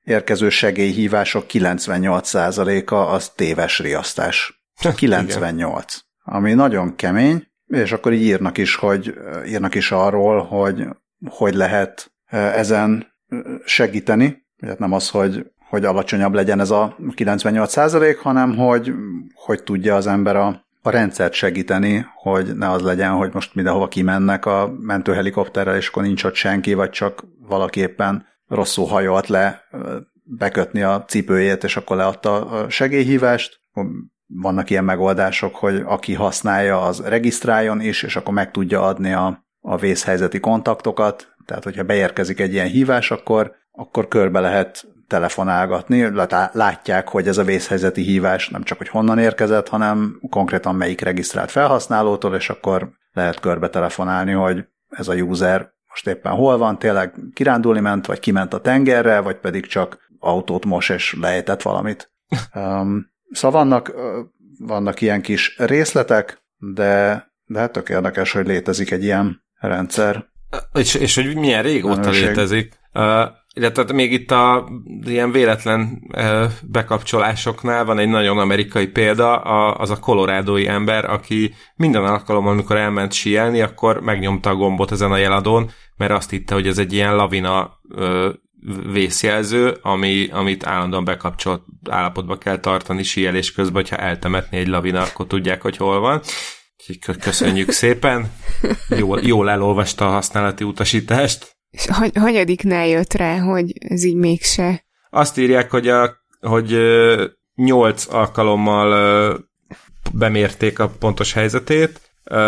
érkező segélyhívások kilencvennyolc százaléka az téves riasztás. kilencvennyolc. Ami nagyon kemény, és akkor így írnak is, hogy írnak is arról, hogy hogy lehet ezen segíteni. Hát nem az, hogy, hogy alacsonyabb legyen ez a kilencvennyolc százalék, hanem hogy, hogy tudja az ember a, a rendszert segíteni, hogy ne az legyen, hogy most mindenhova kimennek a mentőhelikopterrel, és akkor nincs ott senki, vagy csak valaki éppen rosszul hajolt le bekötni a cipőjét, és akkor leadta a segélyhívást. Vannak ilyen megoldások, hogy aki használja, az regisztráljon is, és akkor meg tudja adni a, a vészhelyzeti kontaktokat. Tehát, hogyha beérkezik egy ilyen hívás, akkor, akkor körbe lehet telefonálgatni. Látják, hogy ez a vészhelyzeti hívás nem csak, hogy honnan érkezett, hanem konkrétan melyik regisztrált felhasználótól, és akkor lehet körbe telefonálni, hogy ez a user most éppen hol van, tényleg kirándulni ment, vagy kiment a tengerre, vagy pedig csak autót mos, és lejtett valamit. Um, szóval vannak, vannak ilyen kis részletek, de, de hát tök érdekes, hogy létezik egy ilyen rendszer. És, és hogy milyen régóta Menőség. létezik. Uh, illetve még itt a ilyen véletlen uh, bekapcsolásoknál van egy nagyon amerikai példa, a, az a kolorádói ember, aki minden alkalommal, amikor elment síelni, akkor megnyomta a gombot ezen a jeladón, mert azt hitte, hogy ez egy ilyen lavina uh, vészjelző, ami, amit állandóan bekapcsolt állapotba kell tartani síelés közben, hogyha eltemetni egy lavina, akkor tudják, hogy hol van. Köszönjük szépen. Jól, jól elolvasta a használati utasítást. És hagy, hanyadiknál jött rá, hogy ez így mégse? Azt írják, hogy, a, hogy nyolc alkalommal bemérték a pontos helyzetét,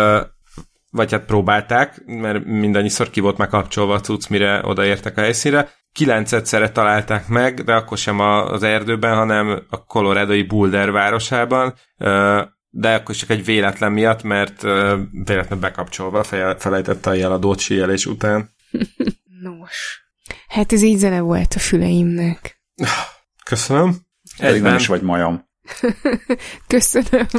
vagy hát próbálták, mert mindannyiszor ki volt már kapcsolva a cucc, mire odaértek a helyszínre. Kilenc egyszerre találták meg, de akkor sem az erdőben, hanem a colorádói Boulder városában, de akkor csak egy véletlen miatt, mert véletlenül bekapcsolva felejtette a jeladót síelés után. Nos. Hát ez így zene volt a füleimnek. Köszönöm. Egyben nem is vagy majom. Köszönöm.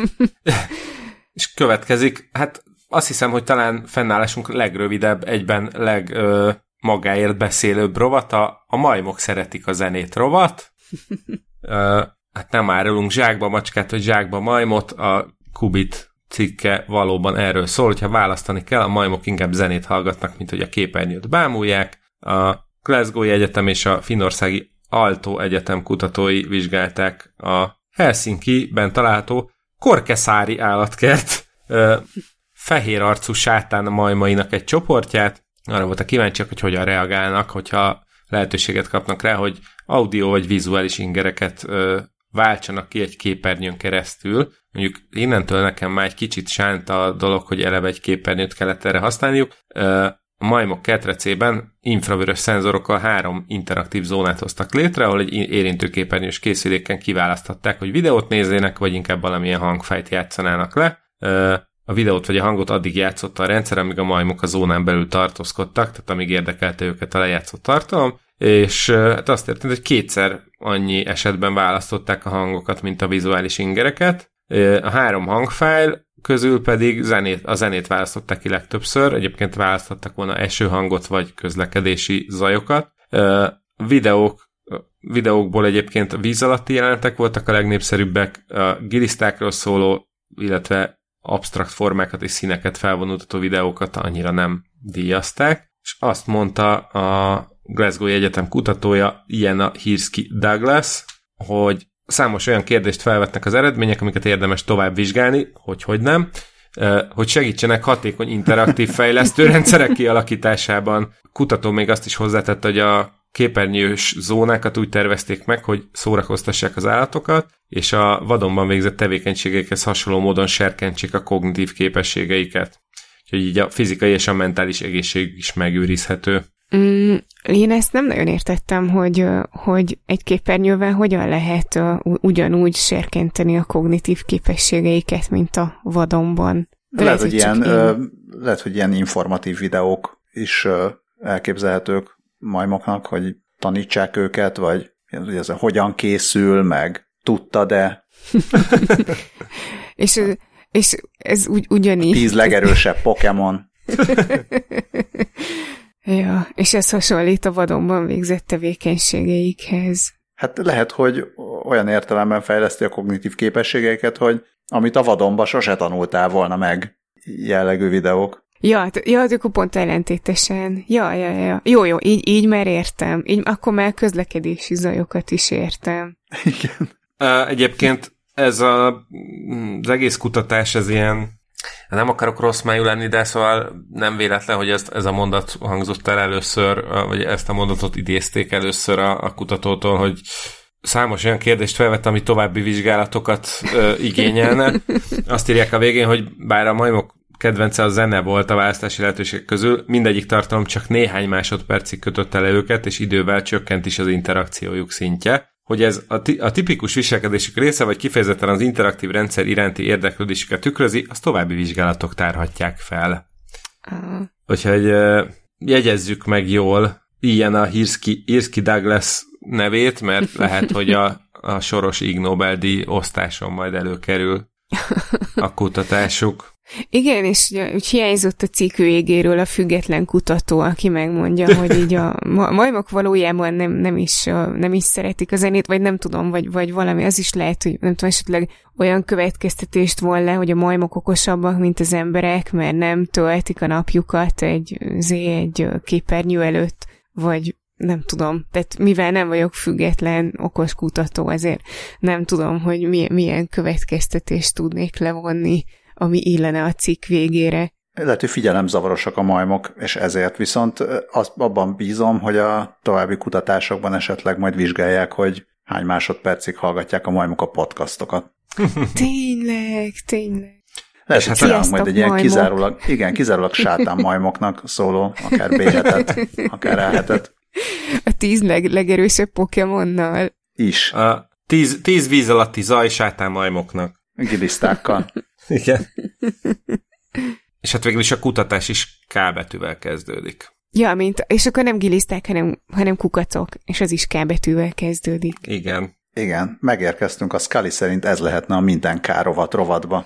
És következik, hát azt hiszem, hogy talán fennállásunk legrövidebb, egyben leg ö, magáért beszélőbb rovata, a majmok szeretik a zenét rovat. Ö, hát nem árulunk zsákba macskát, vagy zsákba majmot, a Kubit cikke valóban erről szól, hogyha választani kell, a majmok inkább zenét hallgatnak, mint hogy a képernyőt bámulják. A Glasgow-i Egyetem és a finnországi Aalto Egyetem kutatói vizsgálták a Helsinki-ben található Korkeszári állatkert ö, fehér arcú sátán majmainak egy csoportját. Arra voltak kíváncsiak, hogy hogyan reagálnak, hogyha lehetőséget kapnak rá, hogy audio vagy vizuális ingereket ö, váltsanak ki egy képernyőn keresztül. Mondjuk innentől nekem már egy kicsit sánt a dolog, hogy eleve egy képernyőt kellett erre használniuk. A majmok ketrecében infravörös szenzorokkal három interaktív zónát hoztak létre, ahol egy érintőképernyős készüléken kiválaszthatták, hogy videót nézzének, vagy inkább valamilyen hangfájt játszanának le. A videót vagy a hangot addig játszotta a rendszer, amíg a majmok a zónán belül tartózkodtak, tehát amíg érdekelte őket a lejátszott tartalom, és hát azt történt, hogy kétszer annyi esetben választották a hangokat, mint a vizuális ingereket. A három hangfájl közül pedig zenét, a zenét választották ki legtöbbször, egyébként választottak volna esőhangot vagy közlekedési zajokat. Videók, videókból egyébként víz alatti jelenetek voltak a legnépszerűbbek, a gilisztákról szóló, illetve absztrakt formákat és színeket felvonultató videókat annyira nem díjazták, és azt mondta a Glasgow-i Egyetem kutatója, Jenna Hirsky Douglas, hogy számos olyan kérdést felvetnek az eredmények, amiket érdemes tovább vizsgálni, hogy hogy nem, hogy segítsenek hatékony interaktív fejlesztő rendszerek kialakításában. A kutató még azt is hozzátette, hogy a képernyős zónákat úgy tervezték meg, hogy szórakoztassák az állatokat, és a vadonban végzett tevékenységekhez hasonló módon serkentsék a kognitív képességeiket. Úgyhogy így a fizikai és a mentális egészség is megőrizhető. Mm, én ezt nem nagyon értettem, hogy, hogy egy képernyővel hogyan lehet uh, ugyanúgy serkenteni a kognitív képességeiket, mint a vadonban. De lehet, hogy ilyen, ö, lehet, hogy ilyen informatív videók is ö, elképzelhetők majmoknak, hogy tanítsák őket, vagy ez hogyan készül, meg tudta-e. és, és ez ugy, ugyanígy. A tíz legerősebb Pokémon. Ja, és ez hasonlít a vadonban végzett tevékenységeikhez. Hát lehet, hogy olyan értelemben fejleszti a kognitív képességeiket, hogy amit a vadonban sose tanultál volna meg jellegű videók. Ja, ja, akkor pont ellentétesen. Ja, ja, ja. Jó, jó, így, így már értem. Így, akkor már közlekedési zajokat is értem. Igen. Uh, egyébként ez a, az egész kutatás, ez ilyen, nem akarok rossz májú lenni, de szóval nem véletlen, hogy ez, ez a mondat hangzott el először, vagy ezt a mondatot idézték először a, a kutatótól, hogy számos olyan kérdést felvett, ami további vizsgálatokat ö, igényelne. Azt írják a végén, hogy bár a majmok kedvence a zene volt a választási lehetőségek közül, mindegyik tartalom csak néhány másodpercig kötötte le őket, és idővel csökkent is az interakciójuk szintje. Hogy ez a, ti- a tipikus viselkedésük része, vagy kifejezetten az interaktív rendszer iránti érdeklődésüket tükrözi, azt további vizsgálatok tárhatják fel. Uh. Úgyhogy uh, jegyezzük meg jól ilyen a Hirsky Douglas nevét, mert lehet, hogy a, a soros Ig Nobel-díj osztáson majd előkerül a kutatásuk. Igen, és úgy hiányzott a cikk végéről a független kutató, aki megmondja, hogy így a majmok valójában nem, nem, is, nem is szeretik a zenét, vagy nem tudom, vagy, vagy valami, az is lehet, hogy nem tudom, esetleg olyan következtetést von le, hogy a majmok okosabbak, mint az emberek, mert nem töltik a napjukat egy, egy képernyő előtt, vagy nem tudom, tehát mivel nem vagyok független okos kutató, ezért nem tudom, hogy milyen, milyen következtetést tudnék levonni, ami illene a cikk végére. Lehet, hogy figyelemzavarosak a majmok, és ezért viszont azt, abban bízom, hogy a további kutatásokban esetleg majd vizsgálják, hogy hány másodpercig hallgatják a majmok a podcastokat. Tényleg, tényleg. Lehet, hogy csinálunk majd egy ilyen kizárólag, igen, kizárólag sátán majmoknak szóló, akár B-hetet, akár A-hetet. A tíz leg, legerősebb Pokémonnal. Is. A tíz, tíz víz alatti zaj sátán majmoknak. Gilisztákkal. Igen. És hát végül is a kutatás is K betűvel kezdődik. Ja, mint, és akkor nem giliszták, hanem, hanem kukacok, és az is K betűvel kezdődik. Igen. Igen, megérkeztünk, a Scully szerint ez lehetne a minden K rovat rovatba.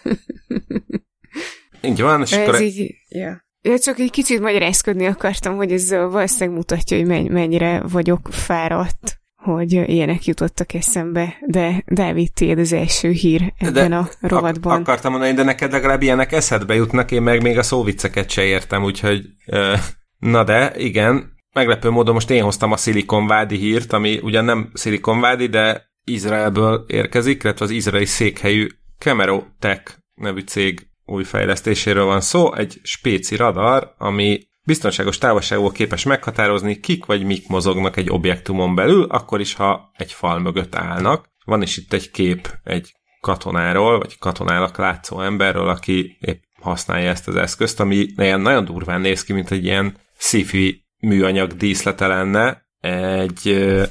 Így van, és ez akkor... így, ja. Ja, csak egy kicsit magyarázkodni akartam, hogy ez valószínűleg mutatja, hogy mennyire vagyok fáradt, hogy ilyenek jutottak eszembe, de Dávid, tiéd az első hír ebben de a rovatban. Ak- akartam mondani, de neked legalább ilyenek eszedbe jutnak, én meg még a szóvicceket se értem, úgyhogy uh, na de, igen, meglepő módon most én hoztam a Silicon Valley hírt, ami ugyan nem Silicon Valley, de Izraelből érkezik, illetve az izraeli székhelyű Camero Tech nevű cég új fejlesztéséről van szó, egy spéci radar, ami biztonságos távolságból képes meghatározni, kik vagy mik mozognak egy objektumon belül, akkor is, ha egy fal mögött állnak. Van is itt egy kép egy katonáról, vagy katonának látszó emberről, aki épp használja ezt az eszközt, ami ilyen nagyon durván néz ki, mint egy ilyen sci-fi műanyag díszlete lenne. Egy uh,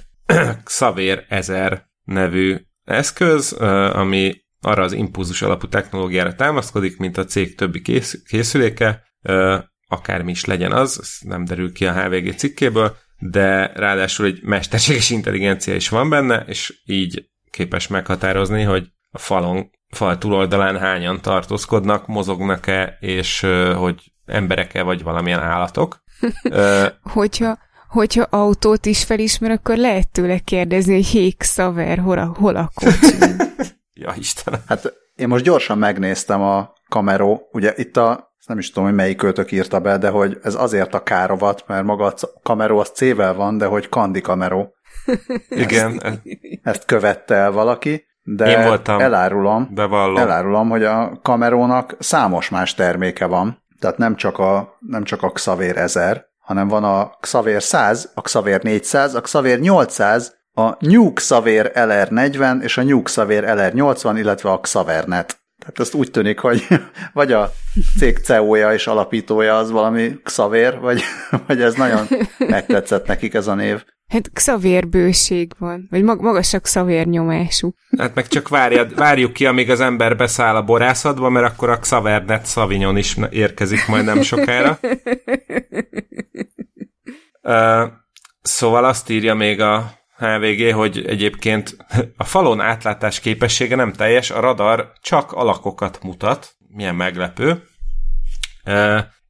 Xaver ezer nevű eszköz, uh, ami arra az impulzus alapú technológiára támaszkodik, mint a cég többi kész, készüléke, uh, akármi is legyen az, ez nem derül ki a há vé gé cikkéből, de ráadásul egy mesterséges intelligencia is van benne, és így képes meghatározni, hogy a falon, fal túloldalán hányan tartózkodnak, mozognak-e, és uh, hogy emberek-e, vagy valamilyen állatok. uh, hogyha, hogyha autót is felismer, akkor lehet tőle kérdezni, hogy hé, Xaver, hol a, hol a kocsi? Ja, Istenem. Hát én most gyorsan megnéztem a Camero, ugye itt a nem is tudom, hogy melyik költök írta be, de hogy ez azért a K-rovat, mert maga a Camero az C-vel van, de hogy Candy Camero. Igen. Ezt, ezt követte el valaki, de én voltam, elárulom, bevallom. elárulom, hogy a Camerónak számos más terméke van. Tehát nem csak a, nem csak a Xaver ezer, hanem van a Xaver száz, a Xaver négyszáz, a Xaver nyolcszáz, a New Xaver el er negyven és a New Xaver el er nyolcvan, illetve a Xavernet. Tehát azt úgy tűnik, hogy vagy a cég cé e ó-ja és alapítója az valami Xaver, vagy, vagy ez nagyon megtetszett nekik ez a név. Hát Xaver bőség van, vagy mag- magas a Xaver nyomású. Hát meg csak várjad, várjuk ki, amíg az ember beszáll a borászatba, mert akkor a Xavernet Sauvignon is érkezik majd nem sokára. uh, szóval azt írja még a há vé gé, hogy egyébként a falon átlátás képessége nem teljes, a radar csak alakokat mutat, milyen meglepő, e,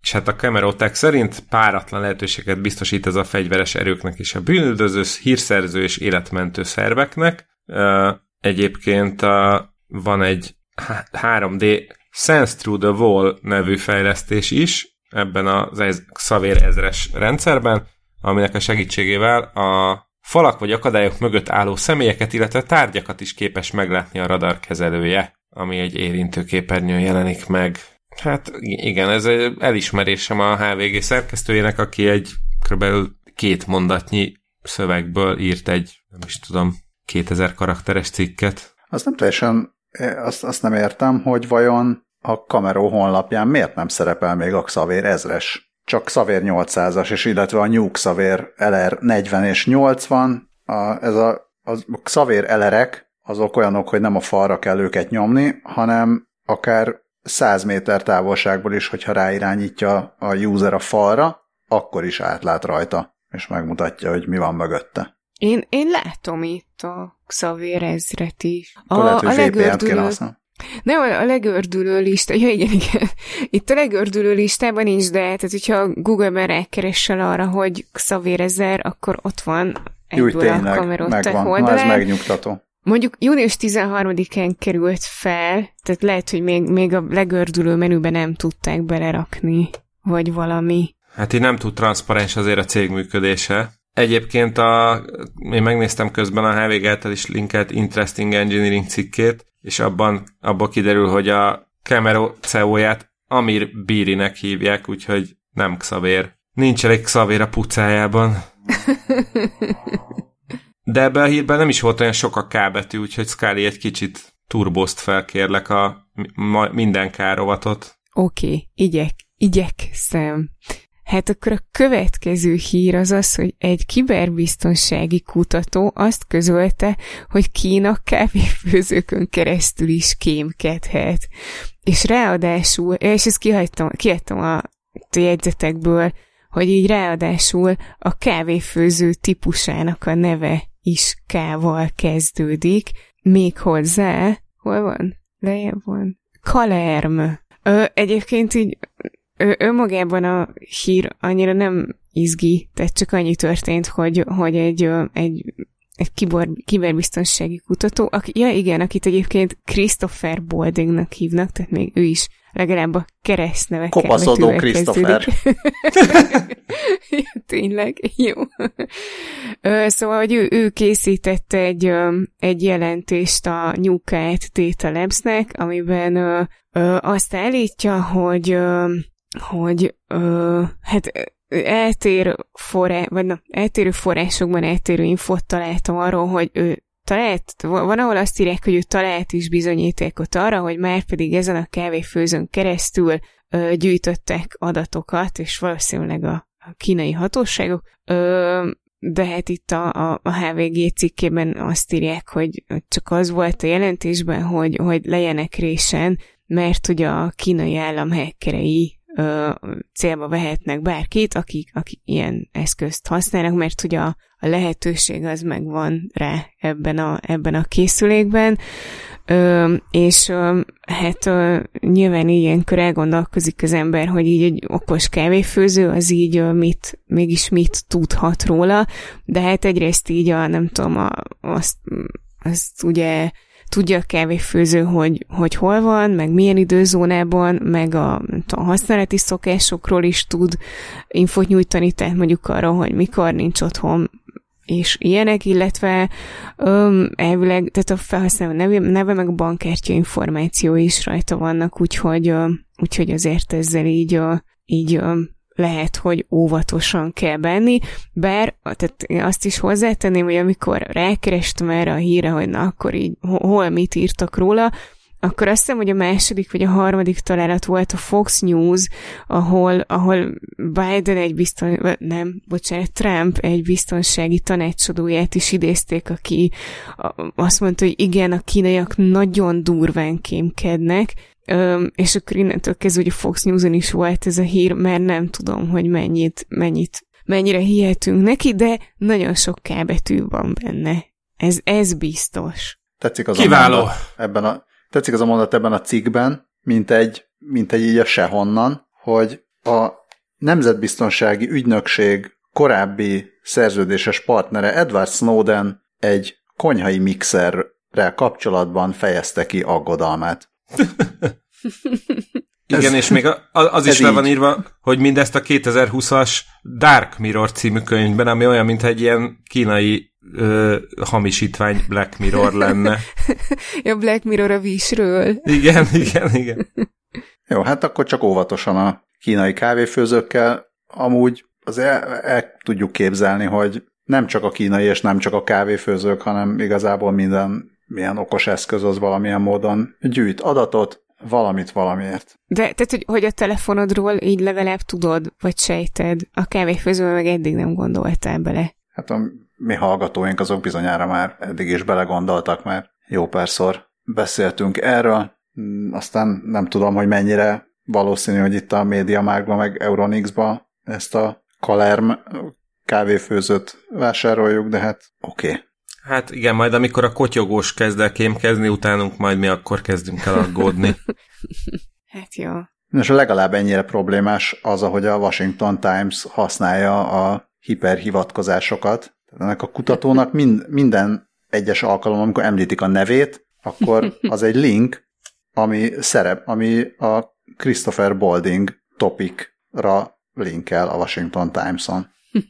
és hát a Camerotech szerint páratlan lehetőséget biztosít ez a fegyveres erőknek és a bűnüldöző, hírszerző és életmentő szerveknek. Egyébként van egy három dé Sense Through the Wall nevű fejlesztés is ebben az Xavier ezres rendszerben, aminek a segítségével a falak vagy akadályok mögött álló személyeket, illetve tárgyakat is képes meglátni a radar kezelője, ami egy érintőképernyőn jelenik meg. Hát igen, ez egy elismerésem a há vé gé szerkesztőjének, aki egy kb. két mondatnyi szövegből írt egy, nem is tudom, kétezer karakteres cikket. Azt nem teljesen, azt, azt nem értem, hogy vajon a Camero honlapján miért nem szerepel még a Xavier ezres. Csak Xavier nyolcszázas, és illetve a New Xavier el er negyven és nyolcvan, a, ez a, a Xavier el erek, azok olyanok, hogy nem a falra kell őket nyomni, hanem akár száz méter távolságból is, hogyha ráirányítja a user a falra, akkor is átlát rajta, és megmutatja, hogy mi van mögötte. Én, én látom itt a Xavier ezret is. Akkor a, lehet, hogy vé pé en-t kéne használni. Nem, a legördülő lista, ja igen, igen. Itt a legördülő listában nincs, de tehát, hogyha Google-ben rákeressel arra, hogy Xavier ezer, akkor ott van egyből a Camerotech oldalán. Na, ez megnyugtató. Mondjuk június tizenharmadikán került fel, tehát lehet, hogy még, még a legördülő menüben nem tudták belerakni, vagy valami. Hát így nem tud transzparens azért a cég működése. Egyébként a, én megnéztem közben a há vé gé által is linkelt Interesting Engineering cikkét, és abban, abban kiderül, hogy a Camero cé e ó-ját Amir Bírinek hívják, úgyhogy nem Xavier. Nincs elég Xavier a pucájában. De ebben a hírben nem is volt olyan sok a K betű, úgyhogy Scully egy kicsit turbózt fel, kérlek, a minden K rovatot. Oké, okay, igyek, igyekszem. Hát akkor a következő hír az az, hogy egy kiberbiztonsági kutató azt közölte, hogy Kína kávéfőzőkön keresztül is kémkedhet. És ráadásul, és ezt kihagytam, kihagytam a jegyzetekből, hogy így ráadásul a kávéfőző típusának a neve is K-val kezdődik, méghozzá, hol van? Lejjebb van. Kalerm. Ö, egyébként így ö, önmagában a hír annyira nem izgi, tehát csak annyi történt, hogy, hogy egy, ö, egy, egy kibor, kiberbiztonsági kutató, aki, ja igen, akit egyébként Christopher Baldingnak hívnak, tehát még ő is legalább a keresztnevekkel kopaszodó Christopher. Ja, tényleg, jó. Szóval, hogy ő, ő készítette egy, egy jelentést a New Kite Data Labsnek, amiben ö, ö, azt állítja, hogy, ö, hogy ö, hát eltér forrás, vagy na, eltérő forrásokban eltérő infót találtam arról, hogy ő talált, van, ahol azt írják, hogy ő talált is bizonyítékot arra, hogy már pedig ezen a kávéfőzőn keresztül ö, gyűjtöttek adatokat, és valószínűleg a, a kínai hatóságok, ö, de hát itt a, a, a há vé gé cikkében azt írják, hogy csak az volt a jelentésben, hogy, hogy legyenek résen, mert ugye a kínai állam hackerei ö, célba vehetnek bárkit, akik, akik ilyen eszközt használnak, mert ugye a, a lehetőség az megvan rá ebben a, ebben a készülékben, ö, és ö, hát ö, nyilván ilyenkor elgondolkozik az ember, hogy így egy okos kávéfőző az így ö, mit, mégis mit tudhat róla, de hát egyrészt így a, nem tudom, a, azt, azt ugye tudja a kávéfőző, hogy, hogy hol van, meg milyen időzónában, meg a, a használati szokásokról is tud infót nyújtani, tehát mondjuk arra, hogy mikor nincs otthon, és ilyenek, illetve öm, elvileg, tehát a felhasználó neve, neve meg a bankkártya információ is rajta vannak, úgyhogy, öm, úgyhogy azért ezzel így, öm, így öm, lehet, hogy óvatosan kell benni, bár tehát azt is hozzátenném, hogy amikor rákerestem erre a hírre, hogy na akkor így hol mit írtak róla, akkor azt hiszem, hogy a második vagy a harmadik találat volt a Fox News, ahol, ahol Biden egy bizton, nem, bocsánat, Trump egy biztonsági tanácsadóját is idézték, aki azt mondta, hogy igen, a kínaiak nagyon durván kémkednek, Öm, és akkor innentől kezdve, hogy a Fox News-on is volt ez a hír, mert nem tudom, hogy mennyit, mennyit, mennyire hihetünk neki, de nagyon sok K betű van benne. Ez, ez biztos. Tetszik az Kiváló. A mondat ebben a, tetszik az a mondat ebben a cikkben, mint egy, mint egy így a sehonnan, hogy a Nemzetbiztonsági Ügynökség korábbi szerződéses partnere Edward Snowden egy konyhai mixerrel kapcsolatban fejezte ki aggodalmát. Igen, ez, és még az is le van írva, hogy mindezt a kétezer-húszas Dark Mirror című könyvben, ami olyan, mintha egy ilyen kínai ö, hamisítvány Black Mirror lenne. Ja, Black Mirror a vízről. Igen, igen, igen. Jó, hát akkor csak óvatosan a kínai kávéfőzőkkel. Amúgy azért el, el tudjuk képzelni, hogy nem csak a kínai és nem csak a kávéfőzők, hanem igazából minden milyen okos eszköz az valamilyen módon gyűjt adatot, valamit valamiért. De tehát, hogy, hogy a telefonodról így legalább tudod, vagy sejted, a kávéfőzőben meg eddig nem gondoltál bele. Hát a mi hallgatóink azok bizonyára már eddig is belegondoltak, mert jó párszor beszéltünk erről, aztán nem tudom, hogy mennyire valószínű, hogy itt a MediaMarktban meg Euronixban ezt a Kalerm kávéfőzőt vásároljuk, de hát oké. Okay. Hát igen, majd amikor a kotyogós kezd el kémkezni, utánunk majd mi akkor kezdünk el aggódni. Hát jó. És legalább ennyire problémás az, ahogy a Washington Times használja a hiperhivatkozásokat. Ennek a kutatónak mind, minden egyes alkalom, amikor említik a nevét, akkor az egy link, ami szerep, ami a Christopher Balding topicra linkel a Washington Times-on,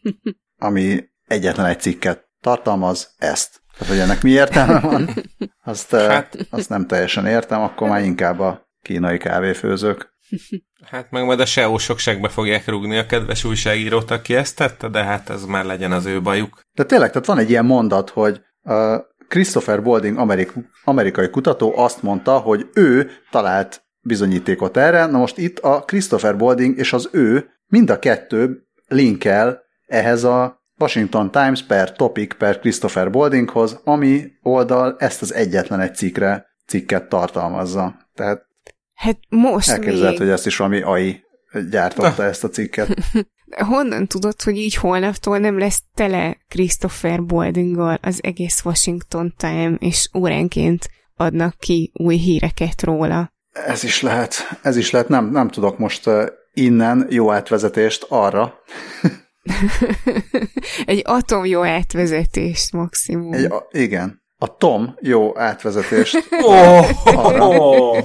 ami egyetlen egy cikket tartalmaz, ezt. Tehát, hogy ennek mi értelme van, azt, hát. azt nem teljesen értem, akkor már inkább a kínai kávéfőzők. Hát meg majd a es e o-sok segbe fogják rúgni a kedves újságírót, aki ezt tette, de hát ez már legyen az ő bajuk. De tényleg, tehát van egy ilyen mondat, hogy uh, Christopher Balding amerik- amerikai kutató azt mondta, hogy ő talált bizonyítékot erre, na most itt a Christopher Balding és az ő mind a kettő linkel ehhez a Washington Times per topic per Christopher Baldinghoz, ami oldal ezt az egyetlen egy cikkre, cikket tartalmazza. Tehát hát most elképzelhet, hogy ezt is valami á i gyártotta ezt a cikket. Honnan tudod, hogy így holnaptól nem lesz tele Christopher Baldinggal az egész Washington Times, és óránként adnak ki új híreket róla? Ez is lehet. Ez is lehet. Nem, nem tudok most innen jó átvezetést arra. Egy atom jó átvezetést maximum. Egy, a, igen. A Tom jó átvezetést oh, arra, oh.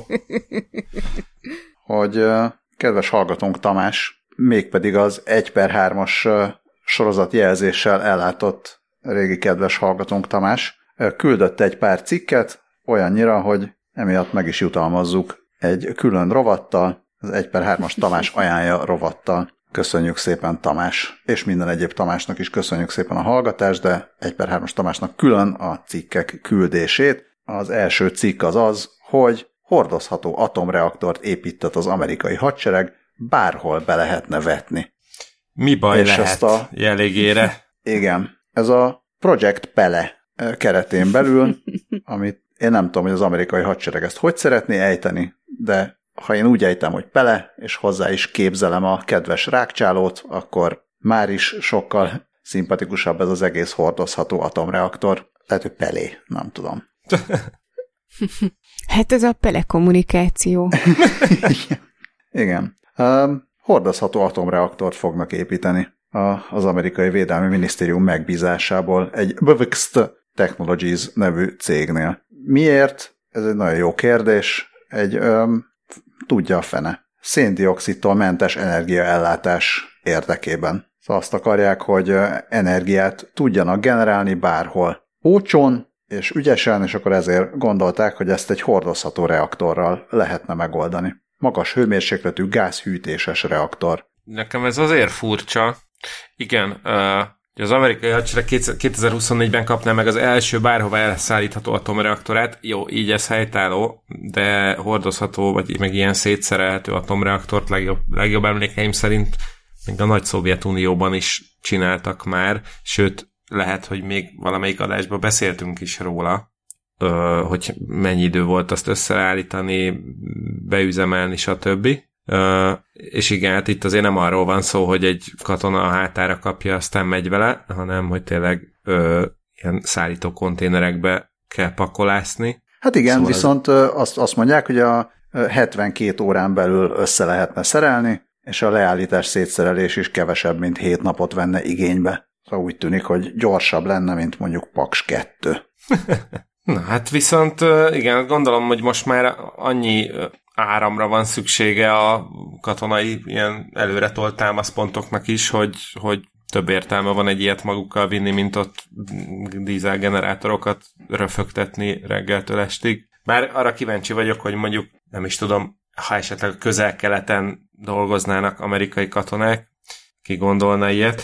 hogy kedves hallgatónk Tamás, mégpedig az egy per hármas sorozatjelzéssel ellátott régi kedves hallgatónk Tamás küldött egy pár cikket, olyannyira, hogy emiatt meg is jutalmazzuk egy külön rovattal, az egy per hármas Tamás ajánlja rovattal. Köszönjük szépen Tamás, és minden egyéb Tamásnak is köszönjük szépen a hallgatást, de egy per hármas Tamásnak külön a cikkek küldését. Az első cikk az az, hogy hordozható atomreaktort épített az amerikai hadsereg, bárhol be lehetne vetni. Mi baj és lehet a, jelégére? Igen, ez a Project Pele keretén belül, amit én nem tudom, hogy az amerikai hadsereg ezt hogy szeretné ejteni, de ha én úgy ejtem, hogy Pele, és hozzá is képzelem a kedves rákcsálót, akkor már is sokkal szimpatikusabb ez az egész hordozható atomreaktor. Tehát, hogy Pelé, nem tudom. Hát ez a Pele kommunikáció. Igen. Um, hordozható atomreaktort fognak építeni a, az amerikai védelmi minisztérium megbízásából egy B W X T Technologies nevű cégnél. Miért? Ez egy nagyon jó kérdés. Egy um, tudja a fene. Széndioxidtól mentes energiaellátás érdekében. Szóval azt akarják, hogy energiát tudjanak generálni bárhol. Olcsón és ügyesen, és akkor ezért gondolták, hogy ezt egy hordozható reaktorral lehetne megoldani. Magas hőmérsékletű gázhűtéses reaktor. Nekem ez azért furcsa. Igen, az amerikai hadsereg kétezer-huszonnégyben kapná meg az első bárhova elszállítható atomreaktorát. Jó, így ez helytálló, de hordozható, vagy meg ilyen szétszerelhető atomreaktort legjobb, legjobb emlékeim szerint még a nagy Szovjetunióban is csináltak már, sőt, lehet, hogy még valamelyik adásban beszéltünk is róla, hogy mennyi idő volt azt összeállítani, beüzemelni, stb. Uh, és igen, hát itt azért nem arról van szó, hogy egy katona a hátára kapja, aztán megy vele, hanem hogy tényleg uh, ilyen szállító konténerekbe kell pakolászni. Hát igen, szóval viszont ez... azt, azt mondják, hogy a hetvenkét órán belül össze lehetne szerelni, és a leállítás szétszerelés is kevesebb, mint hét napot venne igénybe. Szóval úgy tűnik, hogy gyorsabb lenne, mint mondjuk Paks kettő. Na hát viszont igen, gondolom, hogy most már annyi áramra van szüksége a katonai ilyen előretolt támaszpontoknak is, hogy, hogy több értelme van egy ilyet magukkal vinni, mint ott dízelgenerátorokat röfögtetni reggeltől estig. Bár arra kíváncsi vagyok, hogy mondjuk, nem is tudom, ha esetleg a közel-keleten dolgoznának amerikai katonák, ki gondolna ilyet,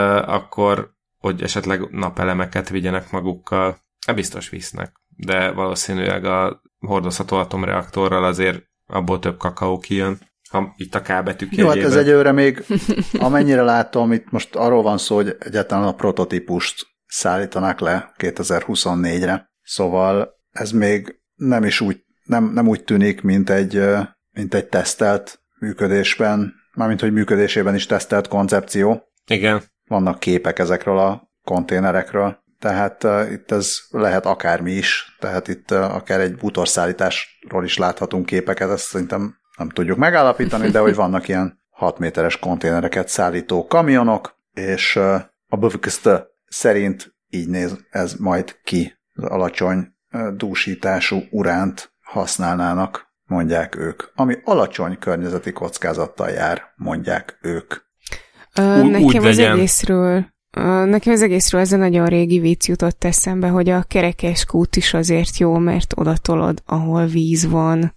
akkor hogy esetleg napelemeket vigyenek magukkal. Hát biztos visznek, de valószínűleg a hordozható atomreaktorral azért abból több kakaó kijön, ha itt a K betűk jegyében. Jó, hát ez egyőre még, amennyire látom, itt most arról van szó, hogy egyáltalán a prototípust szállítanak le kétezer-huszonnégyre. Szóval ez még nem is úgy, nem, nem úgy tűnik, mint egy, mint egy tesztelt működésben, mármint, hogy működésében is tesztelt koncepció. Igen. Vannak képek ezekről a konténerekről, tehát uh, itt ez lehet akármi is, tehát itt uh, akár egy bútorszállításról is láthatunk képeket, ezt szerintem nem tudjuk megállapítani, de hogy vannak ilyen hat méteres konténereket szállító kamionok, és uh, a B V K S T szerint így néz ez majd ki, az alacsony uh, dúsítású uránt használnának, mondják ők, ami alacsony környezeti kockázattal jár, mondják ők. Uh, Ú- nekem az egészről uh, nekem az egészről ez a nagyon régi vicc jutott eszembe, hogy a kerekeskút is azért jó, mert oda tolod, ahol víz van.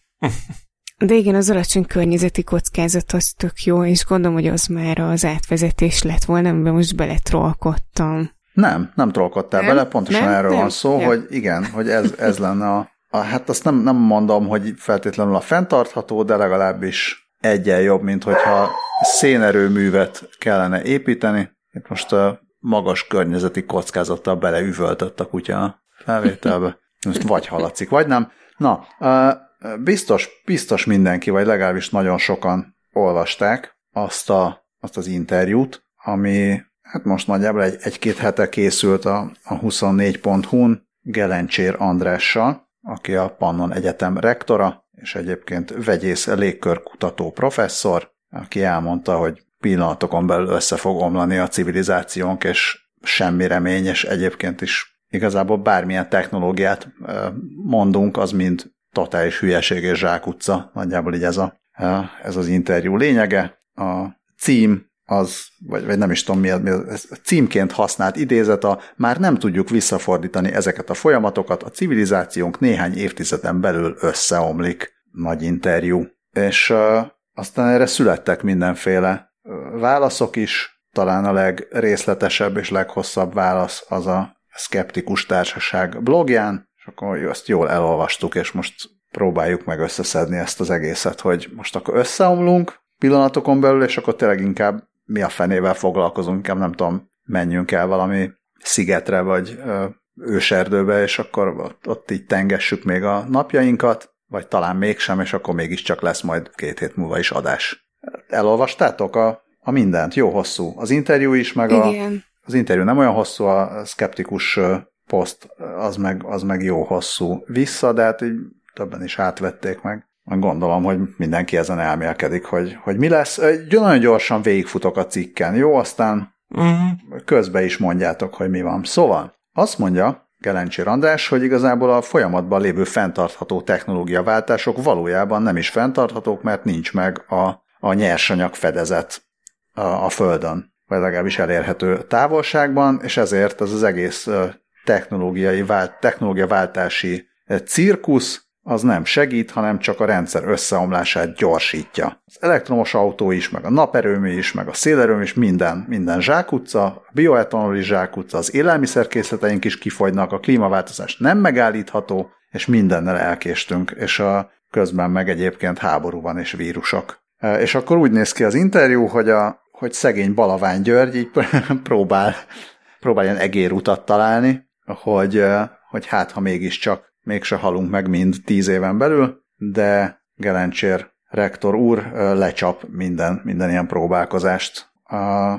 De igen, az alacsony környezeti kockázat az tök jó, és gondolom, hogy az már az átvezetés lett volna, amiben most beletrollkodtam. Nem, nem trollkodtál nem? bele, pontosan nem? erről nem? van szó, ja. hogy igen, hogy ez, ez lenne a, a hát azt nem, nem mondom, hogy feltétlenül a fenntartható, de legalábbis egyen jobb, mint hogyha szénerőművet kellene építeni. Itt most a magas környezeti kockázattal beleüvöltött a kutya a felvételbe. Most vagy hallatszik, vagy nem. Na, biztos, biztos mindenki, vagy legalábbis nagyon sokan olvasták azt, a, azt az interjút, ami hát most nagyjából egy, egy-két hete készült a, a huszonnégy pont hu-n Gelencsér Andrással, aki a Pannon Egyetem rektora, és egyébként vegyész légkörkutató professzor, aki elmondta, hogy pillanatokon belül össze fog omlani a civilizációnk, és semmi remény, és egyébként is igazából bármilyen technológiát mondunk, az mind totális hülyeség és zsákutca. Nagyjából így ez, a, ez az interjú lényege. A cím az, vagy, vagy nem is tudom mi, mi ez címként használt idézet, a már nem tudjuk visszafordítani ezeket a folyamatokat, a civilizációnk néhány évtizeden belül összeomlik. Nagy interjú. És uh, aztán erre születtek mindenféle uh, válaszok is, talán a legrészletesebb és leghosszabb válasz az a Szkeptikus Társaság blogján, és akkor ezt jól elolvastuk, és most próbáljuk meg összeszedni ezt az egészet, hogy most akkor összeomlunk pillanatokon belül, és akkor tényleg inkább mi a fenével foglalkozunk, inkább nem tudom, menjünk el valami szigetre, vagy ö, őserdőbe, és akkor ott, ott így tengessük még a napjainkat, vagy talán mégsem, és akkor mégiscsak lesz majd két hét múlva is adás. Elolvastátok a, a mindent? Jó hosszú. Az interjú is, meg a, az interjú nem olyan hosszú, a szkeptikus poszt az meg, az meg jó hosszú vissza, de hát így többen is átvették meg. Gondolom, hogy mindenki ezen elmélkedik, hogy, hogy mi lesz. Nagyon gyorsan végigfutok a cikken, jó? Aztán uh-huh. közben is mondjátok, hogy mi van. Szóval azt mondja Gelencsér András, hogy igazából a folyamatban lévő fenntartható technológiaváltások valójában nem is fenntarthatók, mert nincs meg a, a nyersanyag fedezet a, a Földön, vagy legalábbis elérhető távolságban, és ezért ez az egész technológiai vált, technológiaváltási cirkusz az nem segít, hanem csak a rendszer összeomlását gyorsítja. Az elektromos autó is, meg a naperőmű is, meg a szélerőmű is, minden, minden zsákutca, a bioetanol is zsákutca, az élelmiszerkészleteink is kifogynak, a klímaváltozás nem megállítható, és mindennel elkéstünk, és a közben meg egyébként háború van és vírusok. És akkor úgy néz ki az interjú, hogy, a, hogy szegény Balavány György így próbál, próbál ilyen egérutat találni, hogy, hogy hát ha mégiscsak mégse halunk meg mind tíz éven belül, de Gelencsér rektor úr lecsap minden, minden ilyen próbálkozást. Uh,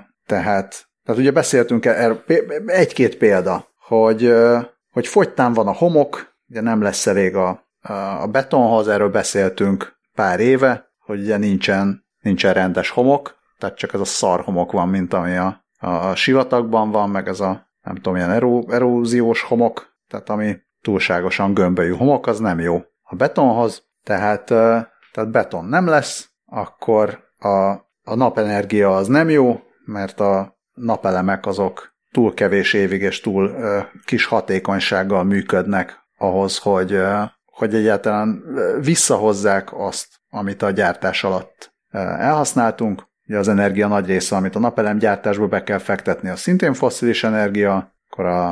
tehát, tehát ugye beszéltünk erről, egy-két példa, hogy, hogy fogytán van a homok, ugye nem lesz elég a, a betonhoz, erről beszéltünk pár éve, hogy ugye nincsen nincsen rendes homok, tehát csak ez a szar homok van, mint ami a, a sivatagban van, meg ez a nem tudom, ilyen eró, eróziós homok, tehát ami túlságosan gömbölyű homok, az nem jó a betonhoz, tehát, tehát beton nem lesz, akkor a, a napenergia az nem jó, mert a napelemek azok túl kevés évig és túl uh, kis hatékonysággal működnek ahhoz, hogy, uh, hogy egyáltalán visszahozzák azt, amit a gyártás alatt uh, elhasználtunk. Ugye az energia nagy része, amit a napelemgyártásba be kell fektetni, az szintén fosszilis energia, akkor a,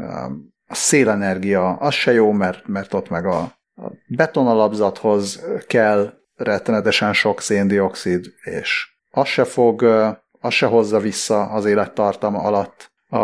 a szélenergia az se jó, mert, mert ott meg a, a betonalapzathoz kell rettenetesen sok széndioxid, és az se fog, az se hozza vissza az élettartama alatt a,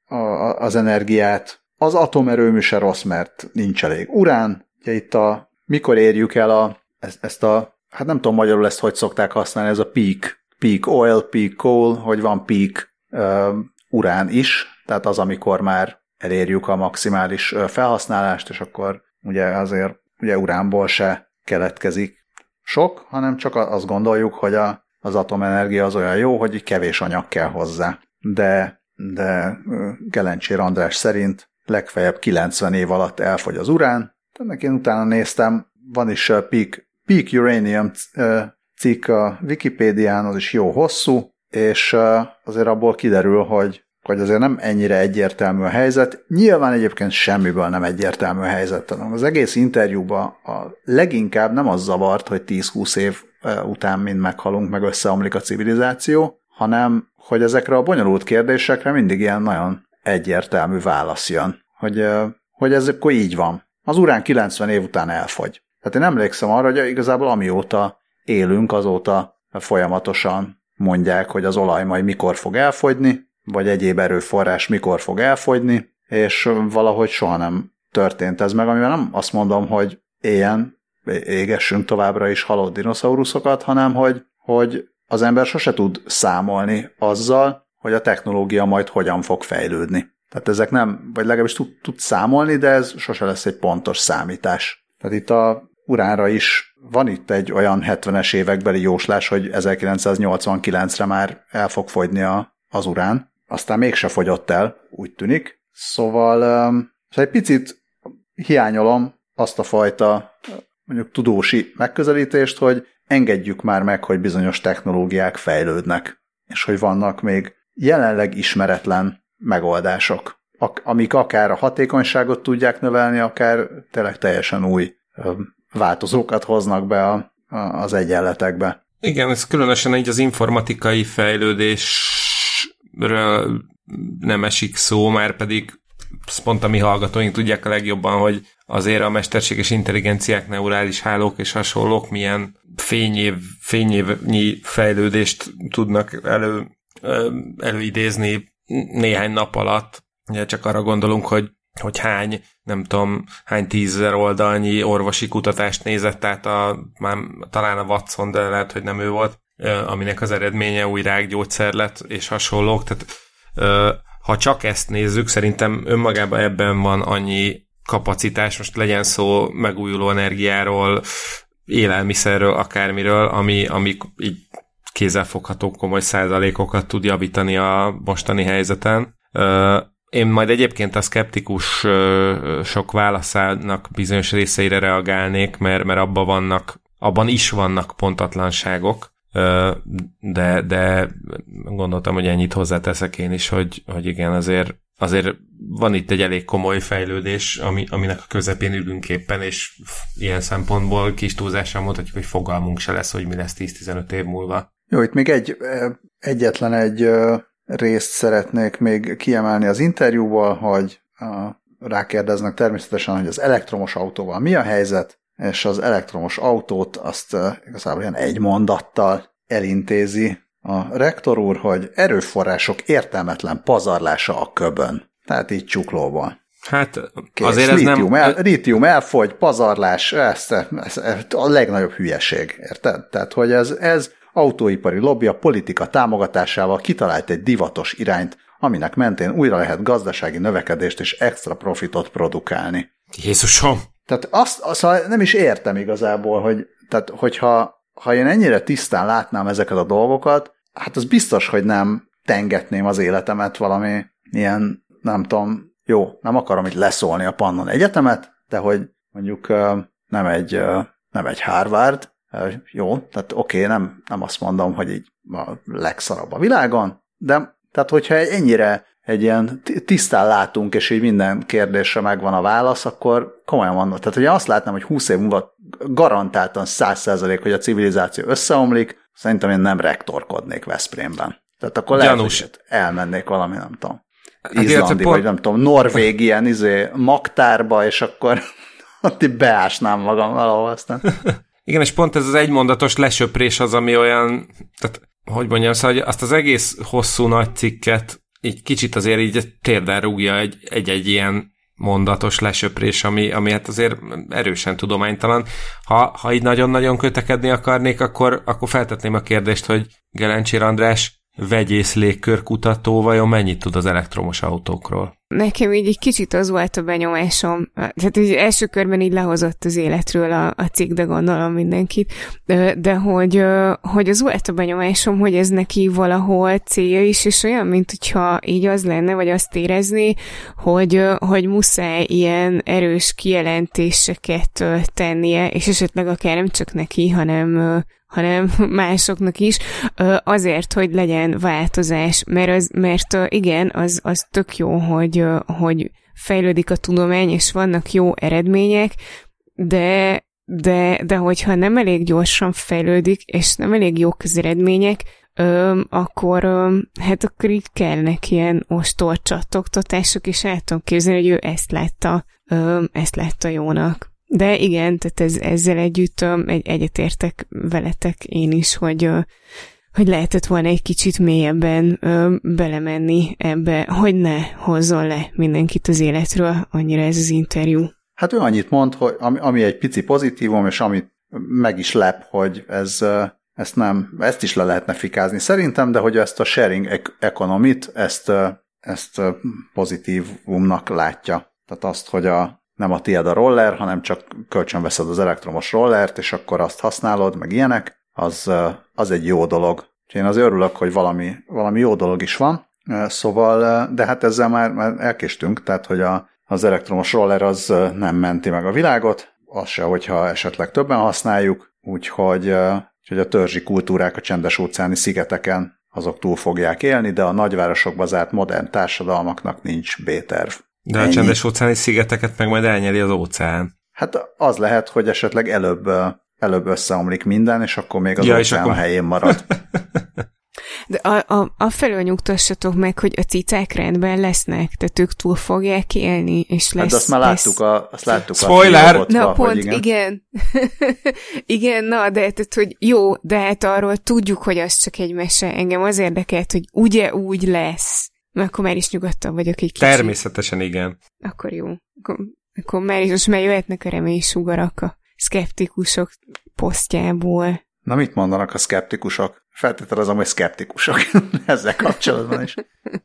a, az energiát. Az atomerőmű se rossz, mert nincs elég urán. Ugye itt a, mikor érjük el a, ezt, ezt a, hát nem tudom magyarul ezt hogy szokták használni, ez a peak, peak oil, peak coal, hogy van peak uh, urán is, tehát az, amikor már elérjük a maximális felhasználást, és akkor ugye azért ugye uránból se keletkezik sok, hanem csak azt gondoljuk, hogy a, az atomenergia az olyan jó, hogy kevés anyag kell hozzá. De, de Gelencsér András szerint legfeljebb kilencven év alatt elfogy az urán. Ennek én utána néztem, van is Peak, Peak Uranium cikk a Wikipédián, az is jó hosszú, és azért abból kiderül, hogy hogy azért nem ennyire egyértelmű a helyzet. Nyilván egyébként semmiből nem egyértelmű a helyzet. Az egész interjúban a leginkább nem az zavart, hogy tíz-húsz év után mind meghalunk, meg összeomlik a civilizáció, hanem hogy ezekre a bonyolult kérdésekre mindig ilyen nagyon egyértelmű válasz jön. Hogy, hogy ez akkor így van. Az urán kilencven év után elfogy. Tehát én emlékszem arra, hogy igazából amióta élünk, azóta folyamatosan mondják, hogy az olaj majd mikor fog elfogyni, vagy egyéb erőforrás mikor fog elfogyni, és valahogy soha nem történt ez meg, amivel nem azt mondom, hogy éljen, égessünk továbbra is halott dinoszauruszokat, hanem hogy, hogy az ember sose tud számolni azzal, hogy a technológia majd hogyan fog fejlődni. Tehát ezek nem, vagy legalábbis tud, tud számolni, de ez sose lesz egy pontos számítás. Tehát itt a uránra is van itt egy olyan hetvenes évekbeli jóslás, hogy ezerkilencszáznyolcvankilencre már el fog fogyni a, az urán, aztán mégse fogyott el, úgy tűnik. Szóval um, egy picit hiányolom azt a fajta mondjuk tudósi megközelítést, hogy engedjük már meg, hogy bizonyos technológiák fejlődnek, és hogy vannak még jelenleg ismeretlen megoldások, amik akár a hatékonyságot tudják növelni, akár tényleg teljesen új um, változókat hoznak be a, a, az egyenletekbe. Igen, ez különösen így az informatikai fejlődés nem esik szó, már pedig pont a mi hallgatóink tudják a legjobban, hogy azért a mesterséges intelligenciák, neurális hálók és hasonlók milyen fényév, fényévnyi fejlődést tudnak elő, előidézni néhány nap alatt. Ugye csak arra gondolunk, hogy, hogy hány, nem tudom, hány tízezer oldalnyi orvosi kutatást nézett át a, már talán a Watson, de lehet, hogy nem ő volt, aminek az eredménye új rákgyógyszer lett, és hasonlók. Tehát ha csak ezt nézzük, szerintem önmagában ebben van annyi kapacitás, most legyen szó megújuló energiáról, élelmiszerről, akármiről, ami, ami így kézzelfogható komoly százalékokat tud javítani a mostani helyzeten. Én majd egyébként a szkeptikus sok válaszának bizonyos részeire reagálnék, mert, mert abban vannak, abban is vannak pontatlanságok, de, de gondoltam, hogy ennyit hozzáteszek én is, hogy, hogy igen, azért, azért van itt egy elég komoly fejlődés, ami, aminek a közepén ülünk éppen, és ilyen szempontból kis túlzással mondhatjuk, hogy fogalmunk se lesz, hogy mi lesz tíz-tizenöt év múlva. Jó, itt még egy, egyetlen egy részt szeretnék még kiemelni az interjúból, hogy rákérdeznek természetesen, hogy az elektromos autóval mi a helyzet, és az elektromos autót azt igazából ilyen egy mondattal elintézi a rektor úr, hogy erőforrások értelmetlen pazarlása a köbön. Tehát így csuklóban. Hát Kész. azért ez lítium nem... El, lítium elfogy, pazarlás, ez, ez, ez a legnagyobb hülyeség, érted? Tehát, hogy ez, ez autóipari lobby a politika támogatásával kitalált egy divatos irányt, aminek mentén újra lehet gazdasági növekedést és extra profitot produkálni. Jézusom! Tehát azt, azt nem is értem igazából, hogy tehát, hogyha ha én ennyire tisztán látnám ezeket a dolgokat, hát az biztos, hogy nem tengetném az életemet valami ilyen, nem tudom, jó, nem akarom itt leszólni a Pannon Egyetemet, de hogy mondjuk nem egy, nem egy Harvard, jó, tehát oké, okay, nem, nem azt mondom, hogy így a legszarabb a világon, de tehát hogyha ennyire egy ilyen tisztán látunk, és így minden kérdésre megvan a válasz, akkor komolyan mondom. Tehát, hogyha azt látnám, hogy húsz év múlva garantáltan száz százalék, hogy a civilizáció összeomlik, szerintem én nem rektorkodnék Veszprémben. Tehát akkor lehet, hogy elmennék valami, nem tudom, izlandi, hát, vagy nem tudom, norvég ilyen izé, magtárba, és akkor ott így beásnám magam valahol aztán. Igen, és pont ez az egymondatos lesöprés az, ami olyan, tehát, hogy mondjam, szóval, hogy azt az egész hosszú nagy cikket így kicsit azért így térden rúgja egy, egy-egy ilyen mondatos lesöprés, ami, ami hát azért erősen tudománytalan. Ha, ha így nagyon-nagyon kötekedni akarnék, akkor, akkor feltetném a kérdést, hogy Gelencsér András vegyész légkörkutató vajon mennyit tud az elektromos autókról? Nekem így egy kicsit az volt a benyomásom, tehát így első körben így lehozott az életről a, a cikk, de gondolom mindenkit, de, de hogy, hogy az volt a benyomásom, hogy ez neki valahol célja is, és olyan, mint hogyha így az lenne, vagy azt érezni, hogy, hogy muszáj ilyen erős kijelentéseket tennie, és esetleg akár nem csak neki, hanem hanem másoknak is, azért, hogy legyen változás, mert, az, mert igen, az, az tök jó, hogy, hogy fejlődik a tudomány, és vannak jó eredmények, de, de, de hogyha nem elég gyorsan fejlődik, és nem elég jók az eredmények, akkor hát akkor így kellnek ilyen ostor csattogtatások, és el tudom képzelni, hogy ő ezt látta, ezt látta jónak. De igen, tehát ez, ezzel együtt egy, egyetértek veletek én is, hogy, hogy lehetett volna egy kicsit mélyebben ö, belemenni ebbe, hogy ne hozzon le mindenkit az életről, annyira ez az interjú. Hát ő annyit mond, hogy ami, ami egy pici pozitívum, és amit meg is lep, hogy ez, ezt, nem, ezt is le lehetne fikázni szerintem, de hogy ezt a sharing economy-t, ezt, ezt pozitívumnak látja. Tehát azt, hogy a nem a tiéd a roller, hanem csak kölcsönveszed az elektromos rollert, és akkor azt használod, meg ilyenek, az, az egy jó dolog. Én azért örülök, hogy valami, valami jó dolog is van, szóval, de hát ezzel már, már elkéstünk, tehát hogy a, az elektromos roller az nem menti meg a világot, az se, hogyha esetleg többen használjuk, úgyhogy, úgyhogy a törzsi kultúrák a csendes-óceáni szigeteken azok túl fogják élni, de a nagyvárosokba zárt modern társadalmaknak nincs B-terv. De a csendes-óceáni szigeteket meg majd elnyeri az óceán. Hát az lehet, hogy esetleg előbb, előbb összeomlik minden, és akkor még az ja, óceán akkor... a helyén marad. De a, a, a felől nyugtassatok meg, hogy a cicák rendben lesznek, tehát ők túl fogják élni, és lesz... Hát azt már láttuk, a, azt láttuk Spoiler! A na pont, igen. Igen, igen na, de tehát, hogy jó, de hát arról tudjuk, hogy az csak egy mese. Engem az érdekelt, hogy ugye úgy lesz. Mert akkor már is nyugodtabb vagyok egy kicsit. Természetesen igen. Akkor jó. Akkor, akkor már is, most már jöhetnek a reménysugarak a szkeptikusok posztjából. Na mit mondanak a szkeptikusok? Feltételezem, hogy szkeptikusok ezzel kapcsolatban is.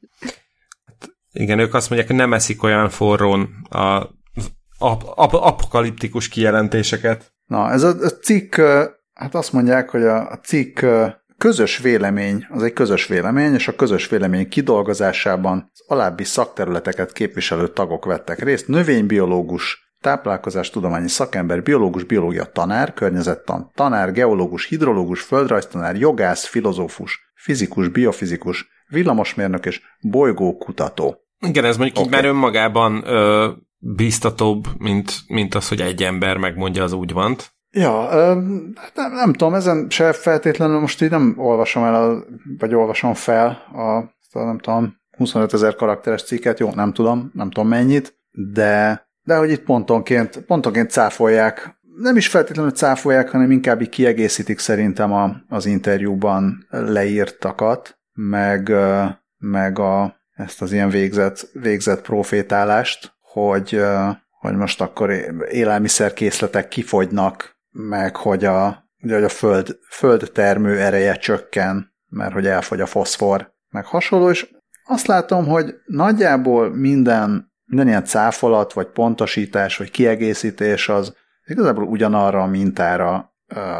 Igen, ők azt mondják, hogy nem eszik olyan forrón a ap- ap- apokaliptikus kijelentéseket. Na, ez a, a cikk, hát azt mondják, hogy a, a cikk közös vélemény, az egy közös vélemény, és a közös vélemény kidolgozásában az alábbi szakterületeket képviselő tagok vettek részt: növénybiológus, táplálkozástudományi szakember, biológus, biológia tanár, környezettan tanár, geológus, hidrológus, földrajztanár, jogász, filozófus, fizikus, biofizikus, villamosmérnök és bolygókutató. Igen, ez mondjuk okay. Így már önmagában ö, biztatóbb, mint, mint az, hogy egy ember megmondja az úgy vant. Ja, nem, nem tudom, ezen se feltétlenül most így nem olvasom el, a, vagy olvasom fel a, a nem tudom, huszonötezer karakteres cikket, jó, nem tudom, nem tudom mennyit, de, de hogy itt pontonként, pontonként cáfolják, nem is feltétlenül cáfolják, hanem inkább így kiegészítik szerintem a, az interjúban leírtakat, meg, meg a, ezt az ilyen végzett, végzett profétálást, hogy, hogy most akkor élelmiszerkészletek kifogynak, meg hogy a, ugye, hogy a föld, föld termő ereje csökken, mert hogy elfogy a foszfor, meg hasonló, és azt látom, hogy nagyjából minden, minden ilyen cáfolat, vagy pontosítás, vagy kiegészítés az igazából ugyanarra a mintára, tehát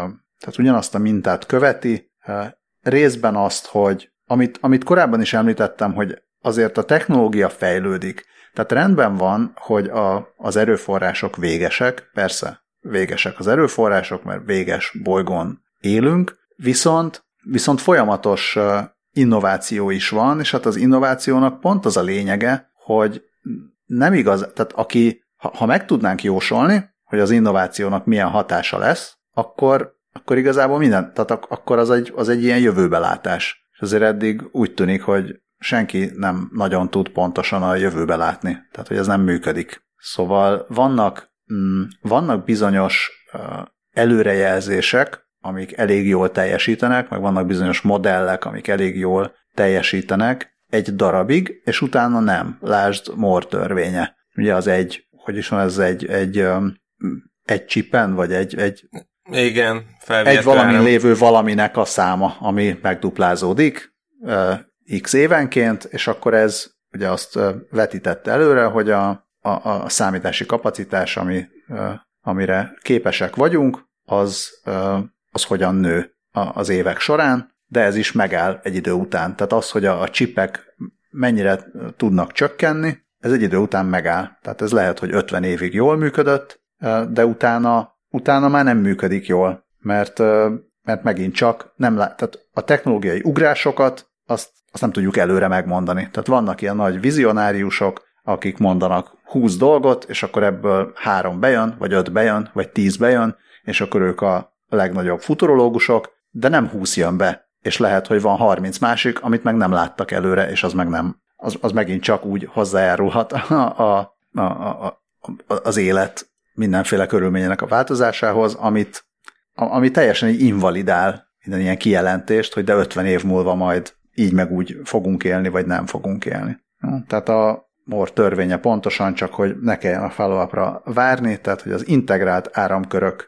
tehát ugyanazt a mintát követi, részben azt, hogy amit, amit korábban is említettem, hogy azért a technológia fejlődik. Tehát rendben van, hogy a, az erőforrások végesek, persze végesek az erőforrások, mert véges bolygón élünk, viszont, viszont folyamatos innováció is van, és hát az innovációnak pont az a lényege, hogy nem igaz, tehát aki, ha, ha meg tudnánk jósolni, hogy az innovációnak milyen hatása lesz, akkor, akkor igazából minden, tehát ak- akkor az egy, az egy ilyen jövőbelátás. És azért eddig úgy tűnik, hogy senki nem nagyon tud pontosan a jövőbe látni. Tehát, hogy ez nem működik. Szóval vannak, mm, vannak bizonyos uh, előrejelzések, amik elég jól teljesítenek, meg vannak bizonyos modellek, amik elég jól teljesítenek egy darabig, és utána nem. Lásd Moore törvénye. Ugye az egy, hogy is van ez egy, egy, um, egy csipen, vagy egy, egy igen, egy valamin lévő valaminek a száma, ami megduplázódik uh, x évenként, és akkor ez ugye azt uh, vetítette előre, hogy a, a, a számítási kapacitás, ami, uh, amire képesek vagyunk, az, uh, az hogyan nő az évek során, de ez is megáll egy idő után. Tehát az, hogy a, a csipek mennyire tudnak csökkenni, ez egy idő után megáll. Tehát ez lehet, hogy ötven évig jól működött, de utána, utána már nem működik jól, mert, mert megint csak nem lát, tehát a technológiai ugrásokat azt, azt nem tudjuk előre megmondani. Tehát vannak ilyen nagy vizionáriusok, akik mondanak húsz dolgot, és akkor ebből három bejön, vagy öt bejön, vagy tíz bejön, és akkor ők a legnagyobb futurológusok, de nem húsz jön be, és lehet, hogy van harminc másik, amit meg nem láttak előre, és az meg nem, az, az megint csak úgy hozzájárulhat a, a, a, a, az élet mindenféle körülményének a változásához, amit, ami teljesen így invalidál minden ilyen kijelentést, hogy de ötven év múlva majd így meg úgy fogunk élni, vagy nem fogunk élni. Tehát a Moore törvénye pontosan csak, hogy ne kelljen a follow-upra várni, tehát hogy az integrált áramkörök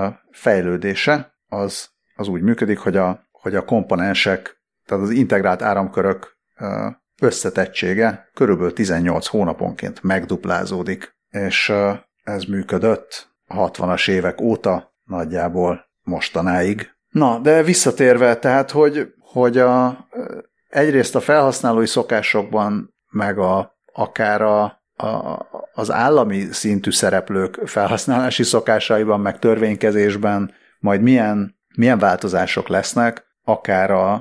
fejlődése az, az úgy működik, hogy a, hogy a komponensek, tehát az integrált áramkörök összetettsége körülbelül tizennyolc hónaponként megduplázódik, és ez működött a hatvanas évek óta nagyjából mostanáig. Na, de visszatérve, tehát, hogy, hogy a, egyrészt a felhasználói szokásokban, meg a, akár a, a, az állami szintű szereplők felhasználási szokásaiban, meg törvénykezésben majd milyen, milyen változások lesznek, akár a,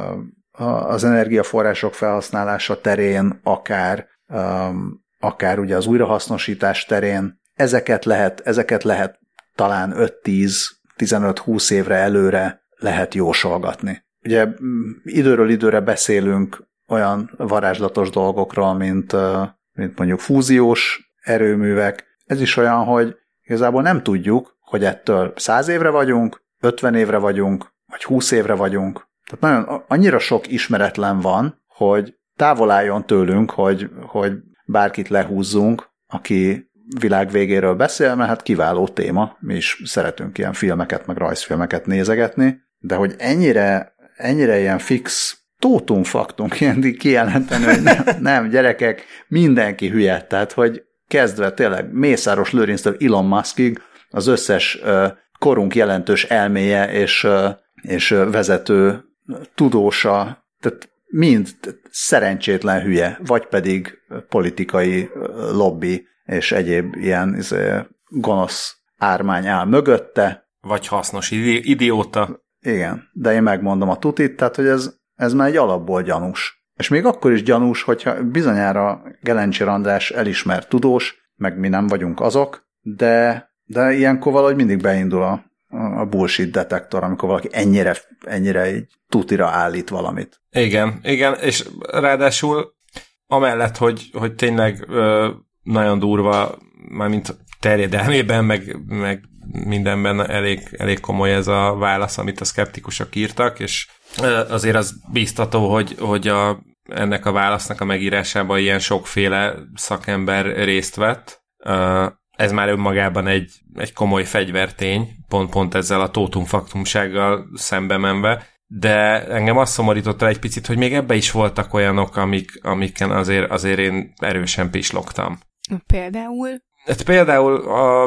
a, az energiaforrások felhasználása terén, akár, um, akár ugye az újrahasznosítás terén, ezeket lehet, ezeket lehet talán öt-tíz-tizenöt-húsz évre előre lehet jósolgatni. Ugye időről időre beszélünk olyan varázslatos dolgokról, mint, mint mondjuk fúziós erőművek. Ez is olyan, hogy igazából nem tudjuk, hogy ettől száz évre vagyunk, ötven évre vagyunk, vagy húsz évre vagyunk. Tehát nagyon, annyira sok ismeretlen van, hogy távol álljon tőlünk, hogy, hogy bárkit lehúzzunk, aki világ végéről beszél, mert hát kiváló téma, mi is szeretünk ilyen filmeket, meg rajzfilmeket nézegetni, de hogy ennyire, ennyire ilyen fix tótumfaktum kijelenteni, hogy nem, nem, gyerekek, mindenki hülye, tehát hogy kezdve tényleg Mészáros Lőrinctől Elon Muskig az összes uh, korunk jelentős elméje és, uh, és uh, vezető tudósa, tehát mind szerencsétlen hülye, vagy pedig politikai lobby és egyéb ilyen izé, gonosz ármány áll mögötte. Vagy hasznos idi- idióta. Igen, de én megmondom a tutit, tehát hogy ez, ez már egy alapból gyanús. És még akkor is gyanús, hogyha bizonyára Gelencsér András elismert tudós, meg mi nem vagyunk azok, de, de ilyenkor valahogy mindig beindul a, a bullshit detektor, amikor valaki ennyire, ennyire így tutira állít valamit. Igen, igen, és ráadásul amellett, hogy, hogy tényleg ö, nagyon durva, mármint terjedelmében, meg, meg mindenben elég, elég komoly ez a válasz, amit a szkeptikusok írtak, és azért az bíztató, hogy, hogy a, ennek a válasznak a megírásában ilyen sokféle szakember részt vett. Ez már önmagában egy, egy komoly fegyvertény, pont-pont ezzel a tótumfaktumsággal szembe menve, de engem azt szomorította egy picit, hogy még ebbe is voltak olyanok, amik, amiken azért, azért én erősen pislogtam. Például? Hát például a,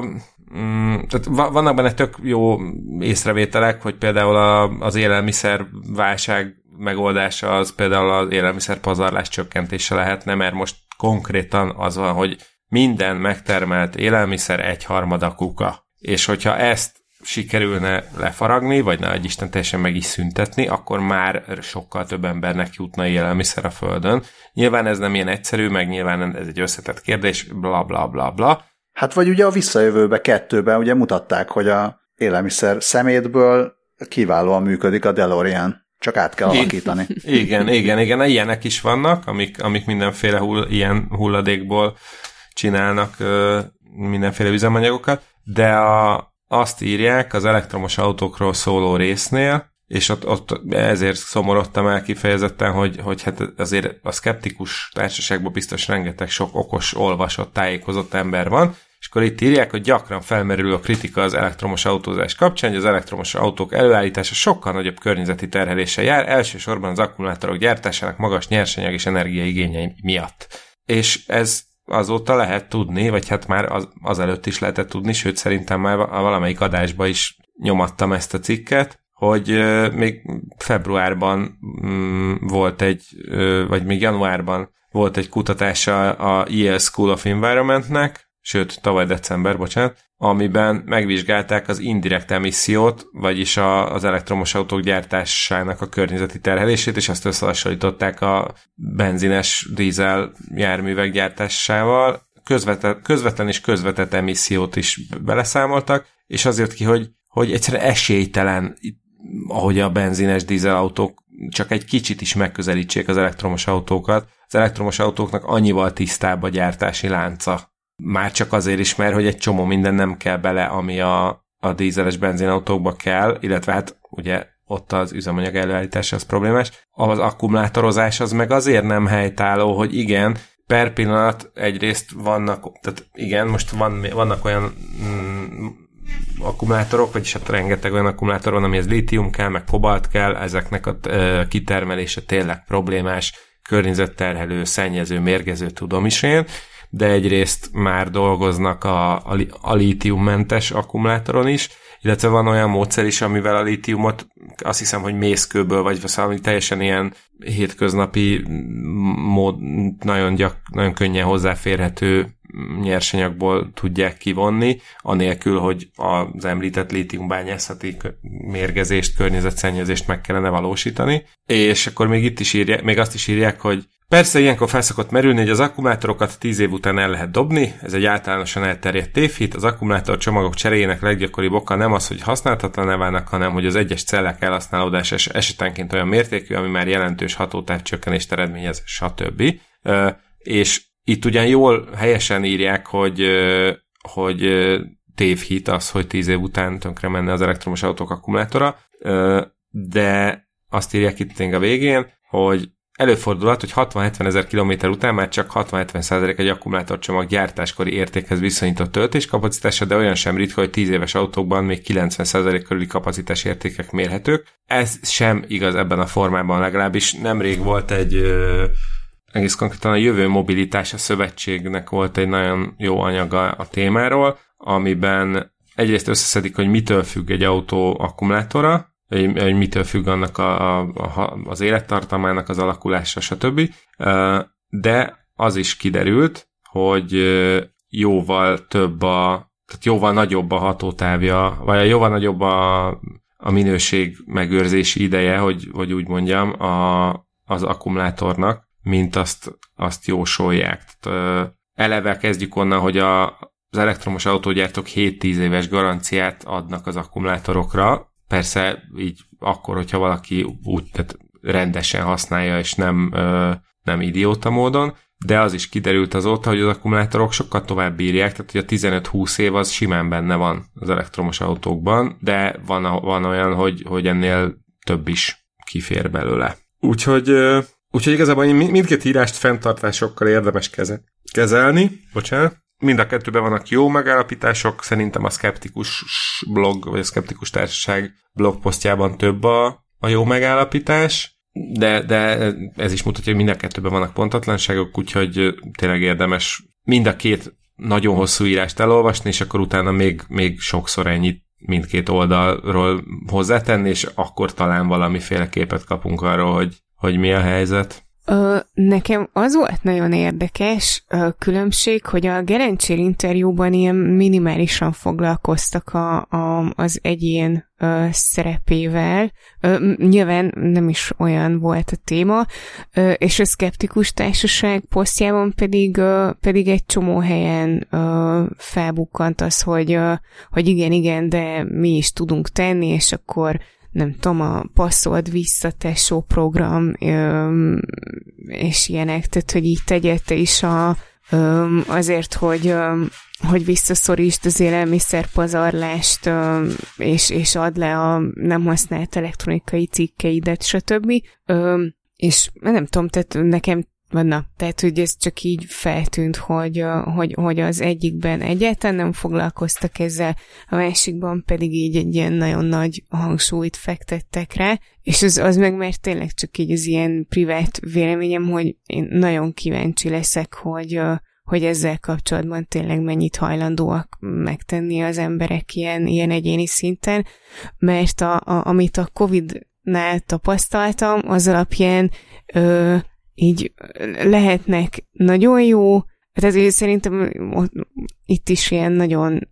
mm, tehát vannak benne tök jó észrevételek, hogy például a, az élelmiszer válság megoldása az például az élelmiszer pazarlás csökkentése lehetne, mert most konkrétan az van, hogy minden megtermelt élelmiszer egyharmada kuka. És hogyha ezt sikerülne lefaragni, vagy ne Isten teljesen meg is szüntetni, akkor már sokkal több embernek jutna élelmiszer a Földön. Nyilván ez nem ilyen egyszerű, meg nyilván ez egy összetett kérdés, bla bla bla bla. Hát vagy ugye a Visszajövőbe kettőben ugye mutatták, hogy a élelmiszer szemétből kiválóan működik a DeLorean. Csak át kell alakítani. Igen, igen, igen. Ilyenek is vannak, amik, amik mindenféle hull, ilyen hulladékból csinálnak ö, mindenféle üzemanyagokat, de a, azt írják az elektromos autókról szóló résznél, és ott, ott ezért szomorodtam el kifejezetten, hogy, hogy hát azért a szkeptikus társaságban biztos rengeteg sok okos, olvasott, tájékozott ember van, és akkor itt írják, hogy gyakran felmerül a kritika az elektromos autózás kapcsán, hogy az elektromos autók előállítása sokkal nagyobb környezeti terheléssel jár, elsősorban az akkumulátorok gyártásának magas nyersanyag és energiaigényei miatt. És ez azóta lehet tudni, vagy hát már az, azelőtt is lehetett tudni, sőt szerintem már valamelyik adásba is nyomattam ezt a cikket, hogy euh, még februárban mm, volt egy, euh, vagy még januárban volt egy kutatása a Yale School of Environmentnek, sőt, tavaly december, bocsánat, amiben megvizsgálták az indirekt emissziót, vagyis a, az elektromos autók gyártásának a környezeti terhelését, és azt összehasonlították a benzines, dízel járművek gyártásával. Közvetlen, közvetlen és közvetett emissziót is beleszámoltak, és azért ki, hogy, hogy egyszerűen esélytelen, ahogy a benzines, dízel autók csak egy kicsit is megközelítsék az elektromos autókat. Az elektromos autóknak annyival tisztább a gyártási lánca. Már csak azért is, mert hogy egy csomó minden nem kell bele, ami a, a dízeles benzinautókba kell, illetve hát ugye ott az üzemanyag előállítása az problémás. Az akkumulátorozás az meg azért nem helytálló, hogy igen, per pillanat egyrészt vannak, tehát igen, most van, vannak olyan mm, akkumulátorok, vagyis hát rengeteg olyan akkumulátor van, amihez lítium kell, meg kobalt kell, ezeknek a e, kitermelése tényleg problémás, környezetterhelő, szennyező, mérgező, tudom is én, de egyrészt már dolgoznak a, a, a lítiummentes akkumulátoron is, illetve van olyan módszer is, amivel a lítiumot azt hiszem, hogy mészkőből, vagy valami teljesen ilyen hétköznapi mód, nagyon, gyak, nagyon könnyen hozzáférhető nyersanyagból tudják kivonni, anélkül, hogy az említett lítiumbányászati mérgezést, környezetszennyezést meg kellene valósítani. És akkor még itt is írják, még azt is írják, hogy persze ilyenkor felszokott merülni, hogy az akkumulátorokat tíz év után el lehet dobni, ez egy általánosan elterjedt tévhit, az akkumulátor csomagok cseréjének leggyakoribb oka nem az, hogy használhatatlaná válnak, hanem hogy az egyes cellák elhasználódása esetenként olyan mértékű, ami már jelentős hatótávcsökkenést eredményez, stb. És itt ugyan jól helyesen írják, hogy, hogy tévhit az, hogy tíz év után tönkre menne az elektromos autók akkumulátora, de azt írják itt még a végén, hogy előfordulhat, hogy hatvan-hetven ezer kilométer után már csak hatvan-hetven százalék egy akkumulátorcsomag gyártáskori értékhez viszonyított töltéskapacitása, de olyan sem ritka, hogy tíz éves autókban még kilencven százalék körüli kapacitás értékek mérhetők. Ez sem igaz ebben a formában, legalábbis nemrég volt egy ö, egész konkrétan a Jövő Mobilitása Szövetségnek volt egy nagyon jó anyaga a témáról, amiben egyrészt összeszedik, hogy mitől függ egy autó akkumulátora, hogy mitől függ annak a, a, az élettartamának az alakulása, stb. De az is kiderült, hogy jóval több a, tehát jóval nagyobb a hatótávja, vagy jóval nagyobb a, a minőség megőrzési ideje, hogy, hogy úgy mondjam, a, az akkumulátornak, mint azt, azt jósolják. Tehát, eleve kezdjük onnan, hogy a, az elektromos autógyártók hét-tíz éves garanciát adnak az akkumulátorokra. Persze így akkor, hogyha valaki úgy tehát rendesen használja, és nem, ö, nem idióta módon, de az is kiderült azóta, hogy az akkumulátorok sokkal tovább bírják, tehát hogy a tizenöt-húsz év az simán benne van az elektromos autókban, de van, van olyan, hogy, hogy ennél több is kifér belőle. Úgyhogy, ö, úgyhogy igazából mindkét írást fenntartásokkal érdemes keze, kezelni. Bocsánat. Mind a kettőben vannak jó megállapítások, szerintem a szkeptikus blog, vagy a szkeptikus társaság blogposztjában több a, a jó megállapítás, de, de ez is mutatja, hogy mind a kettőben vannak pontatlanságok, úgyhogy tényleg érdemes mind a két nagyon hosszú írást elolvasni, és akkor utána még, még sokszor ennyit mindkét oldalról hozzátenni, és akkor talán valamiféle képet kapunk arról, hogy, hogy mi a helyzet. Ö, nekem az volt nagyon érdekes ö, különbség, hogy a Gerencsér interjúban ilyen minimálisan foglalkoztak a, a, az egyén ö, szerepével. Ö, nyilván nem is olyan volt a téma, ö, és a Szkeptikus Társaság posztjában pedig, ö, pedig egy csomó helyen ö, felbukkant az, hogy, ö, hogy igen, igen, de mi is tudunk tenni, és akkor nem tudom, a passzold vissza tesó program, öm, és ilyenek, tehát, hogy így tegyette is a, öm, azért, hogy, öm, hogy visszaszorítsd az élelmiszerpazarlást, öm, és, és add le a nem használt elektronikai cikkeidet, stb. Öm, és nem tudom, tehát nekem Na, tehát, hogy ez csak így feltűnt, hogy, hogy, hogy az egyikben egyáltalán nem foglalkoztak ezzel, a másikban pedig így egy ilyen nagyon nagy hangsúlyt fektettek rá, és az, az meg mert tényleg csak így az ilyen privát véleményem, hogy én nagyon kíváncsi leszek, hogy, hogy ezzel kapcsolatban tényleg mennyit hajlandóak megtenni az emberek ilyen, ilyen egyéni szinten, mert a, a, amit a Covid-nál tapasztaltam, az alapján ö, így lehetnek nagyon jó, tehát szerintem itt is ilyen nagyon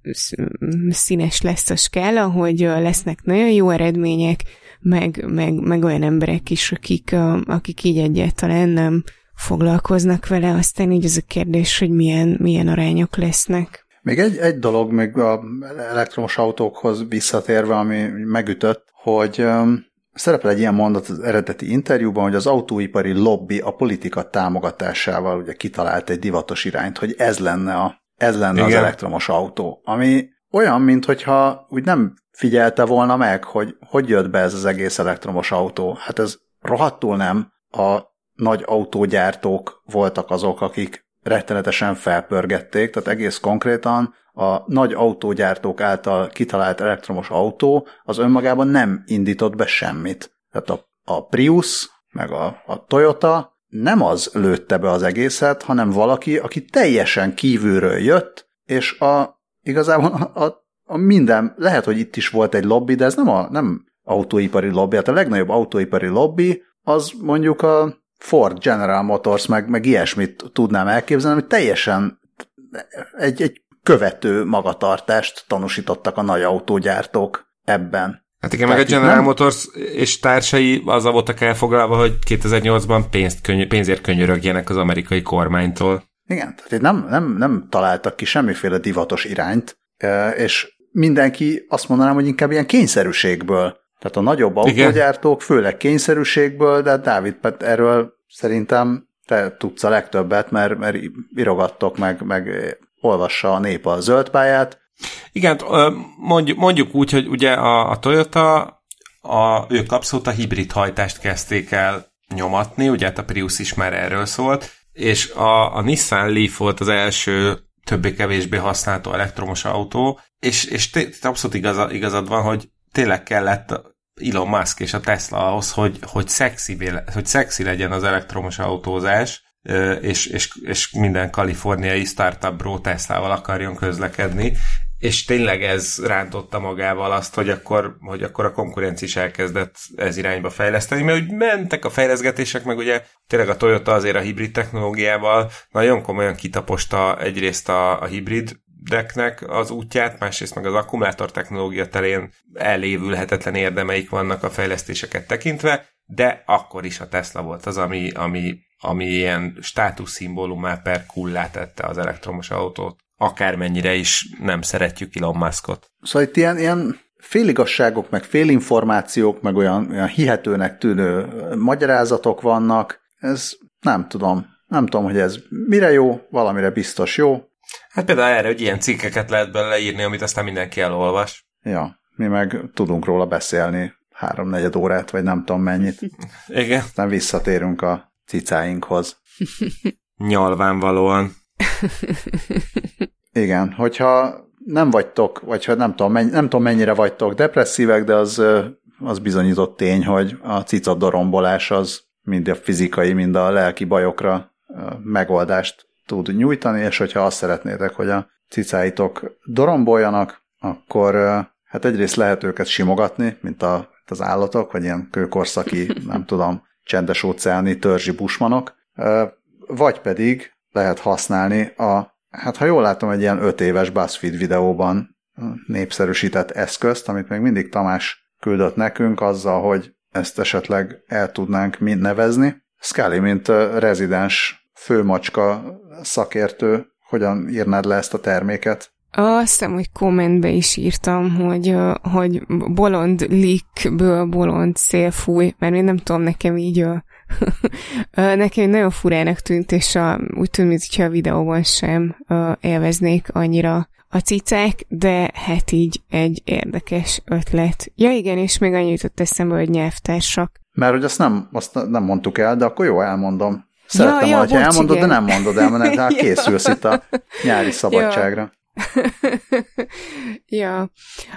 színes lesz a skála, hogy lesznek nagyon jó eredmények, meg, meg, meg olyan emberek is, akik, akik így egyáltalán nem foglalkoznak vele, aztán így az a kérdés, hogy milyen, milyen arányok lesznek. Még egy, egy dolog, még az elektromos autókhoz visszatérve, ami megütött, hogy szerepel egy ilyen mondat az eredeti interjúban, hogy az autóipari lobby a politika támogatásával ugye kitalált egy divatos irányt, hogy ez lenne, a, ez lenne az elektromos autó. Ami olyan, minthogyha úgy nem figyelte volna meg, hogy hogy jött be ez az egész elektromos autó. Hát ez rohadtul nem a nagy autógyártók voltak azok, akik rettenetesen felpörgették, tehát egész konkrétan a nagy autógyártók által kitalált elektromos autó az önmagában nem indított be semmit. Tehát a, a Prius, meg a, a Toyota nem az lőtte be az egészet, hanem valaki, aki teljesen kívülről jött, és a, igazából a, a, a minden, lehet, hogy itt is volt egy lobby, de ez nem a nem autóipari lobby, hát a legnagyobb autóipari lobby az mondjuk a Ford, General Motors, meg, meg ilyesmit tudnám elképzelni, hogy teljesen egy, egy követő magatartást tanúsítottak a nagy autógyártók ebben. Hát igen, meg a General nem... Motors és társai azzal voltak elfoglalva, hogy kétezer-nyolcban pénzt könny- pénzért könyörögjenek az amerikai kormánytól. Igen, tehát itt nem, nem, nem találtak ki semmiféle divatos irányt, és mindenki azt mondanám, hogy inkább ilyen kényszerűségből. Tehát a nagyobb autógyártók főleg kényszerűségből, de Dávid, erről szerintem te tudsz a legtöbbet, mert, mert irogattok meg, meg olvassa a nép a zöld pályát. Igen, mondjuk, mondjuk úgy, hogy ugye a, a Toyota, a, ők abszolút a hibrid hajtást kezdték el nyomatni, ugye hát a Prius is már erről szólt, és a, a Nissan Leaf volt az első többé-kevésbé használható elektromos autó, és, és te, te abszolút igaz, igazad van, hogy tényleg kellett Elon Musk és a Tesla ahhoz, hogy, hogy, szexi, hogy szexi legyen az elektromos autózás, és, és, és minden kaliforniai startup bro Teslával akarjon közlekedni, és tényleg ez rántotta magával azt, hogy akkor, hogy akkor a konkurencia is elkezdett ez irányba fejleszteni, mert úgy mentek a fejleszgetések, meg ugye tényleg a Toyota azért a hibrid technológiával nagyon komolyan kitaposta egyrészt a, a hibrid deknek az útját, másrészt meg az akkumulátor technológia terén elévülhetetlen érdemeik vannak a fejlesztéseket tekintve, de akkor is a Tesla volt az, ami, ami, ami ilyen státuszszimbólumá per kullá tette az elektromos autót. Akármennyire is nem szeretjük Elon Muskot. Szóval itt ilyen, ilyen féligasságok, meg félinformációk, meg olyan, olyan hihetőnek tűnő magyarázatok vannak. Ez nem tudom. Nem tudom, hogy ez mire jó, valamire biztos jó. Hát például erre, hogy ilyen cikkeket lehet belőle írni, amit aztán mindenki elolvas. Ja, mi meg tudunk róla beszélni háromnegyed órát, vagy nem tudom mennyit. Igen. Aztán visszatérünk a cicáinkhoz. Nyalvánvalóan. Igen, hogyha nem vagytok, vagy ha nem tudom, menny- nem tudom mennyire vagytok depresszívek, de az, az bizonyított tény, hogy a cica dorombolás az mind a fizikai, mind a lelki bajokra megoldást tud nyújtani, és hogyha azt szeretnétek, hogy a cicáitok doromboljanak, akkor hát egyrészt lehet őket simogatni, mint a, az állatok, vagy ilyen kőkorszaki, nem tudom, csendes óceáni törzsi busmanok, vagy pedig lehet használni a, hát ha jól látom, egy ilyen öt éves BuzzFeed videóban népszerűsített eszközt, amit még mindig Tamás küldött nekünk azzal, hogy ezt esetleg el tudnánk mind nevezni. Scully, mint rezidens főmacska szakértő, hogyan írnád le ezt a terméket? Azt hiszem, hogy kommentbe is írtam, hogy, hogy bolond leakből bolond szél fúj, mert én nem tudom, nekem így nekem nagyon furának tűnt, és a, úgy tűnt, mintha a videóban sem élveznék annyira a cicák, de hát így egy érdekes ötlet. Ja igen, és még annyit jutott eszembe, hogy nyelvtársak. Mert hogy azt nem, azt nem mondtuk el, de akkor jó, elmondom. Szerettem, ja, ja, ha elmondod, igen. De nem mondod el, mert hát készülsz itt a nyári szabadságra. Ja.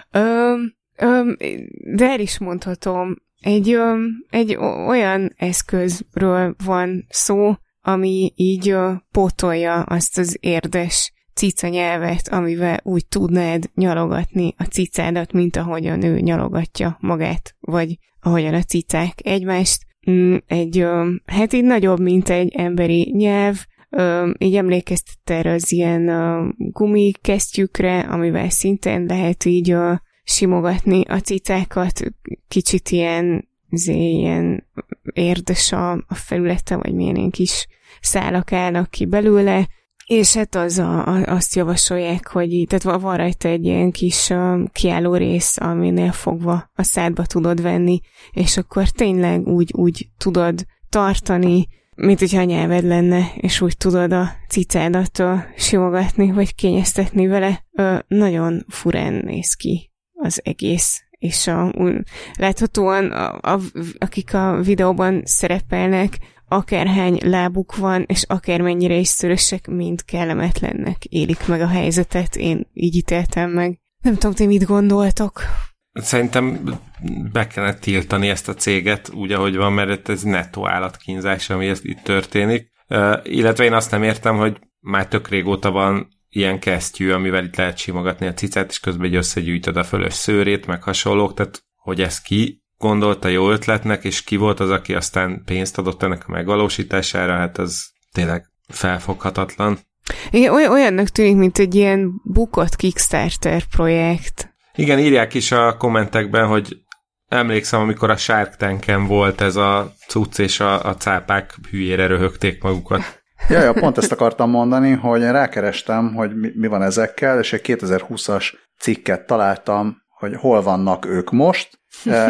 Öm, öm, de el is mondhatom, egy, öm, egy olyan eszközről van szó, ami így ö, pótolja azt az érdes cica nyelvet, amivel úgy tudnád nyalogatni a cicádat, mint ahogyan ő nyalogatja magát, vagy ahogyan a cicák egymást. Egy, ö, hát így nagyobb, mint egy emberi nyelv, Ö, így emlékeztet erre az ilyen ö, gumikesztyűkre, amivel szintén lehet így ö, simogatni a cicákat, kicsit ilyen, zé, ilyen érdes a, a felülete, vagy milyen ilyen kis szálak állnak ki belőle, és hát az a, a, azt javasolják, hogy így, tehát van rajta egy ilyen kis ö, kiálló rész, aminél fogva a szádba tudod venni, és akkor tényleg úgy, úgy tudod tartani, mint hogyha a nyelved lenne, és úgy tudod a cicádat simogatni, vagy kényeztetni vele. Ö, nagyon furán néz ki az egész. És a, láthatóan, a, a, akik a videóban szerepelnek, akárhány lábuk van, és akármennyire is szörösek, mind kellemetlennek élik meg a helyzetet. Én így ítéltem meg. Nem tudom, ti mit gondoltok? Szerintem be kellene tiltani ezt a céget úgy, ahogy van, mert ez nettó állatkínzás, ami ezt itt történik. Uh, illetve én azt nem értem, hogy már tök régóta van ilyen kesztyű, amivel itt lehet simogatni a cicát, és közben egy összegyűjtöd a fölös szőrét, meg hasonlók, tehát hogy ezt ki gondolta jó ötletnek, és ki volt az, aki aztán pénzt adott ennek a megvalósítására, hát az tényleg felfoghatatlan. Igen, olyannak tűnik, mint egy ilyen bukott Kickstarter projekt. Igen, írják is a kommentekben, hogy emlékszem, amikor a Shark Tanken volt ez a cucc, és a, a cápák hülyére röhögték magukat. Ja, ja, pont ezt akartam mondani, hogy én rákerestem, hogy mi, mi van ezekkel, és egy kétezer-húszas cikket találtam, hogy hol vannak ők most.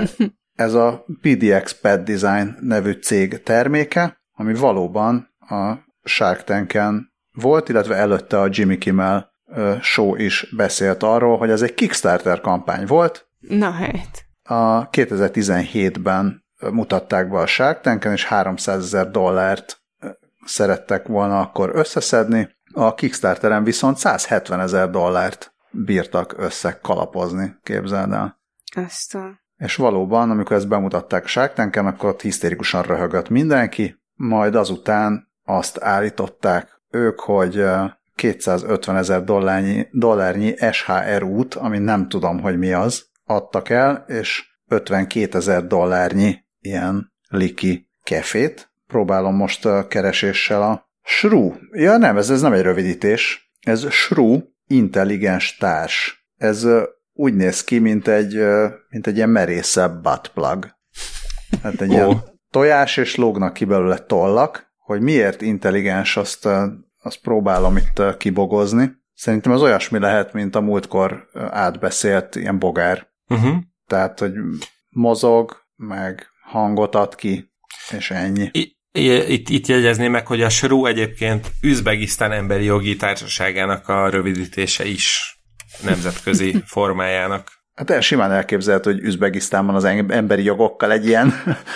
Ez a pé dé iksz Pet Design nevű cég terméke, ami valóban a Shark Tanken volt, illetve előtte a Jimmy Kimmel show is beszélt arról, hogy ez egy Kickstarter kampány volt. Na hát. A kétezer-tizenhétben mutatták be a Shark Tanken, és háromszázezer dollárt szerettek volna akkor összeszedni. A Kickstarteren viszont százhetvenezer dollárt bírtak összekalapozni, képzeld el. Aztán. És valóban, amikor ezt bemutatták a Shark Tanken, akkor ott hisztérikusan röhögött mindenki, majd azután azt állították ők, hogy kétszázötvenezer dollárnyi, dollárnyi es há er út, ami nem tudom, hogy mi az, adtak el, és ötvenkétezer dollárnyi ilyen liki kefét. Próbálom most a kereséssel a es er u. Ja nem, ez, ez nem egy rövidítés. Ez es er u intelligens társ. Ez úgy néz ki, mint egy, mint egy ilyen merészebb buttplug. Hát egy oh. ilyen tojás, és lógnak ki belőle tollak. Hogy miért intelligens, azt, azt próbálom itt kibogozni. Szerintem az olyasmi lehet, mint a múltkor átbeszélt ilyen bogár. Uh-huh. Tehát, hogy mozog, meg hangot ad ki, és ennyi. I- Itt, itt jegyezném meg, hogy a es er u egyébként Üzbegisztán Emberi Jogi Társaságának a rövidítése is nemzetközi formájának. Hát el simán elképzelhető, hogy Üzbegisztánban az emberi jogokkal egy ilyen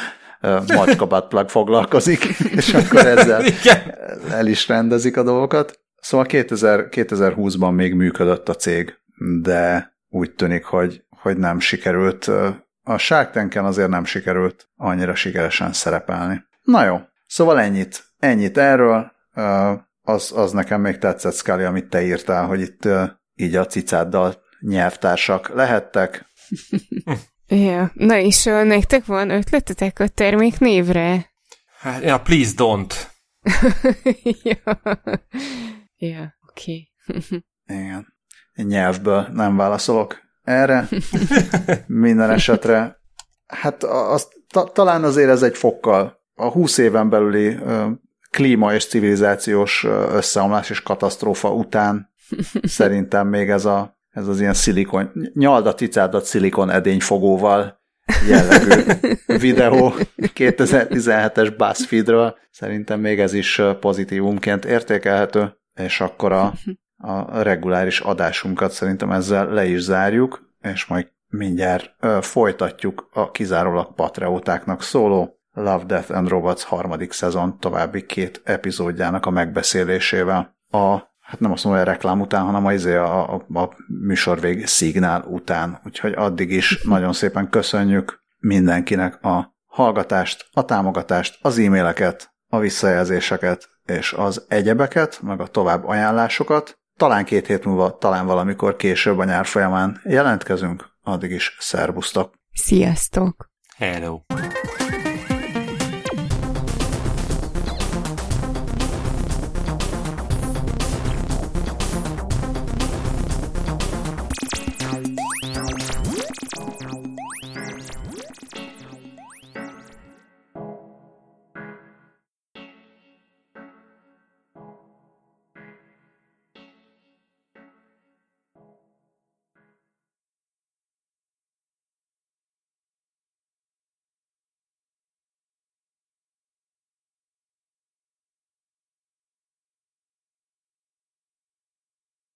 macska buttplug foglalkozik, és akkor ezzel el is rendezik a dolgokat. Szóval kétezer-húszban még működött a cég, de úgy tűnik, hogy, hogy nem sikerült. A Shark Tanken azért nem sikerült annyira sikeresen szerepelni. Na jó, szóval ennyit. Ennyit erről. az, az nekem még tetszett, Scully, amit te írtál, hogy itt uh, így a cicáddal nyelvtársak lehettek. Ja, na és uh, nektek van ötletetek a terméknévre? Hát, ja, please don't. ja, ja oké. Okay. Igen. Én nyelvből nem válaszolok erre. Minden esetre, hát az, ta, talán azért ez egy fokkal a húsz éven belüli uh, klíma és civilizációs uh, összeomlás és katasztrófa után szerintem még ez, a, ez az ilyen szilikon, nyalda cicádat szilikon edényfogóval jellegű videó kétezer-tizenhetes BuzzFeedről szerintem még ez is pozitívumként értékelhető, és akkor a, a reguláris adásunkat szerintem ezzel le is zárjuk, és majd mindjárt ö, folytatjuk a kizárólag patriótáknak szóló Love, Death and Robots harmadik szezon további két epizódjának a megbeszélésével. A, hát nem azt mondom, hogy a reklám után, hanem az a, a, a műsorvég szignál után. Úgyhogy addig is nagyon szépen köszönjük mindenkinek a hallgatást, a támogatást, az e-maileket, a visszajelzéseket és az egyebeket, meg a tovább ajánlásokat. Talán két hét múlva, talán valamikor később a nyár folyamán jelentkezünk. Addig is szervusztok! Sziasztok! Hello!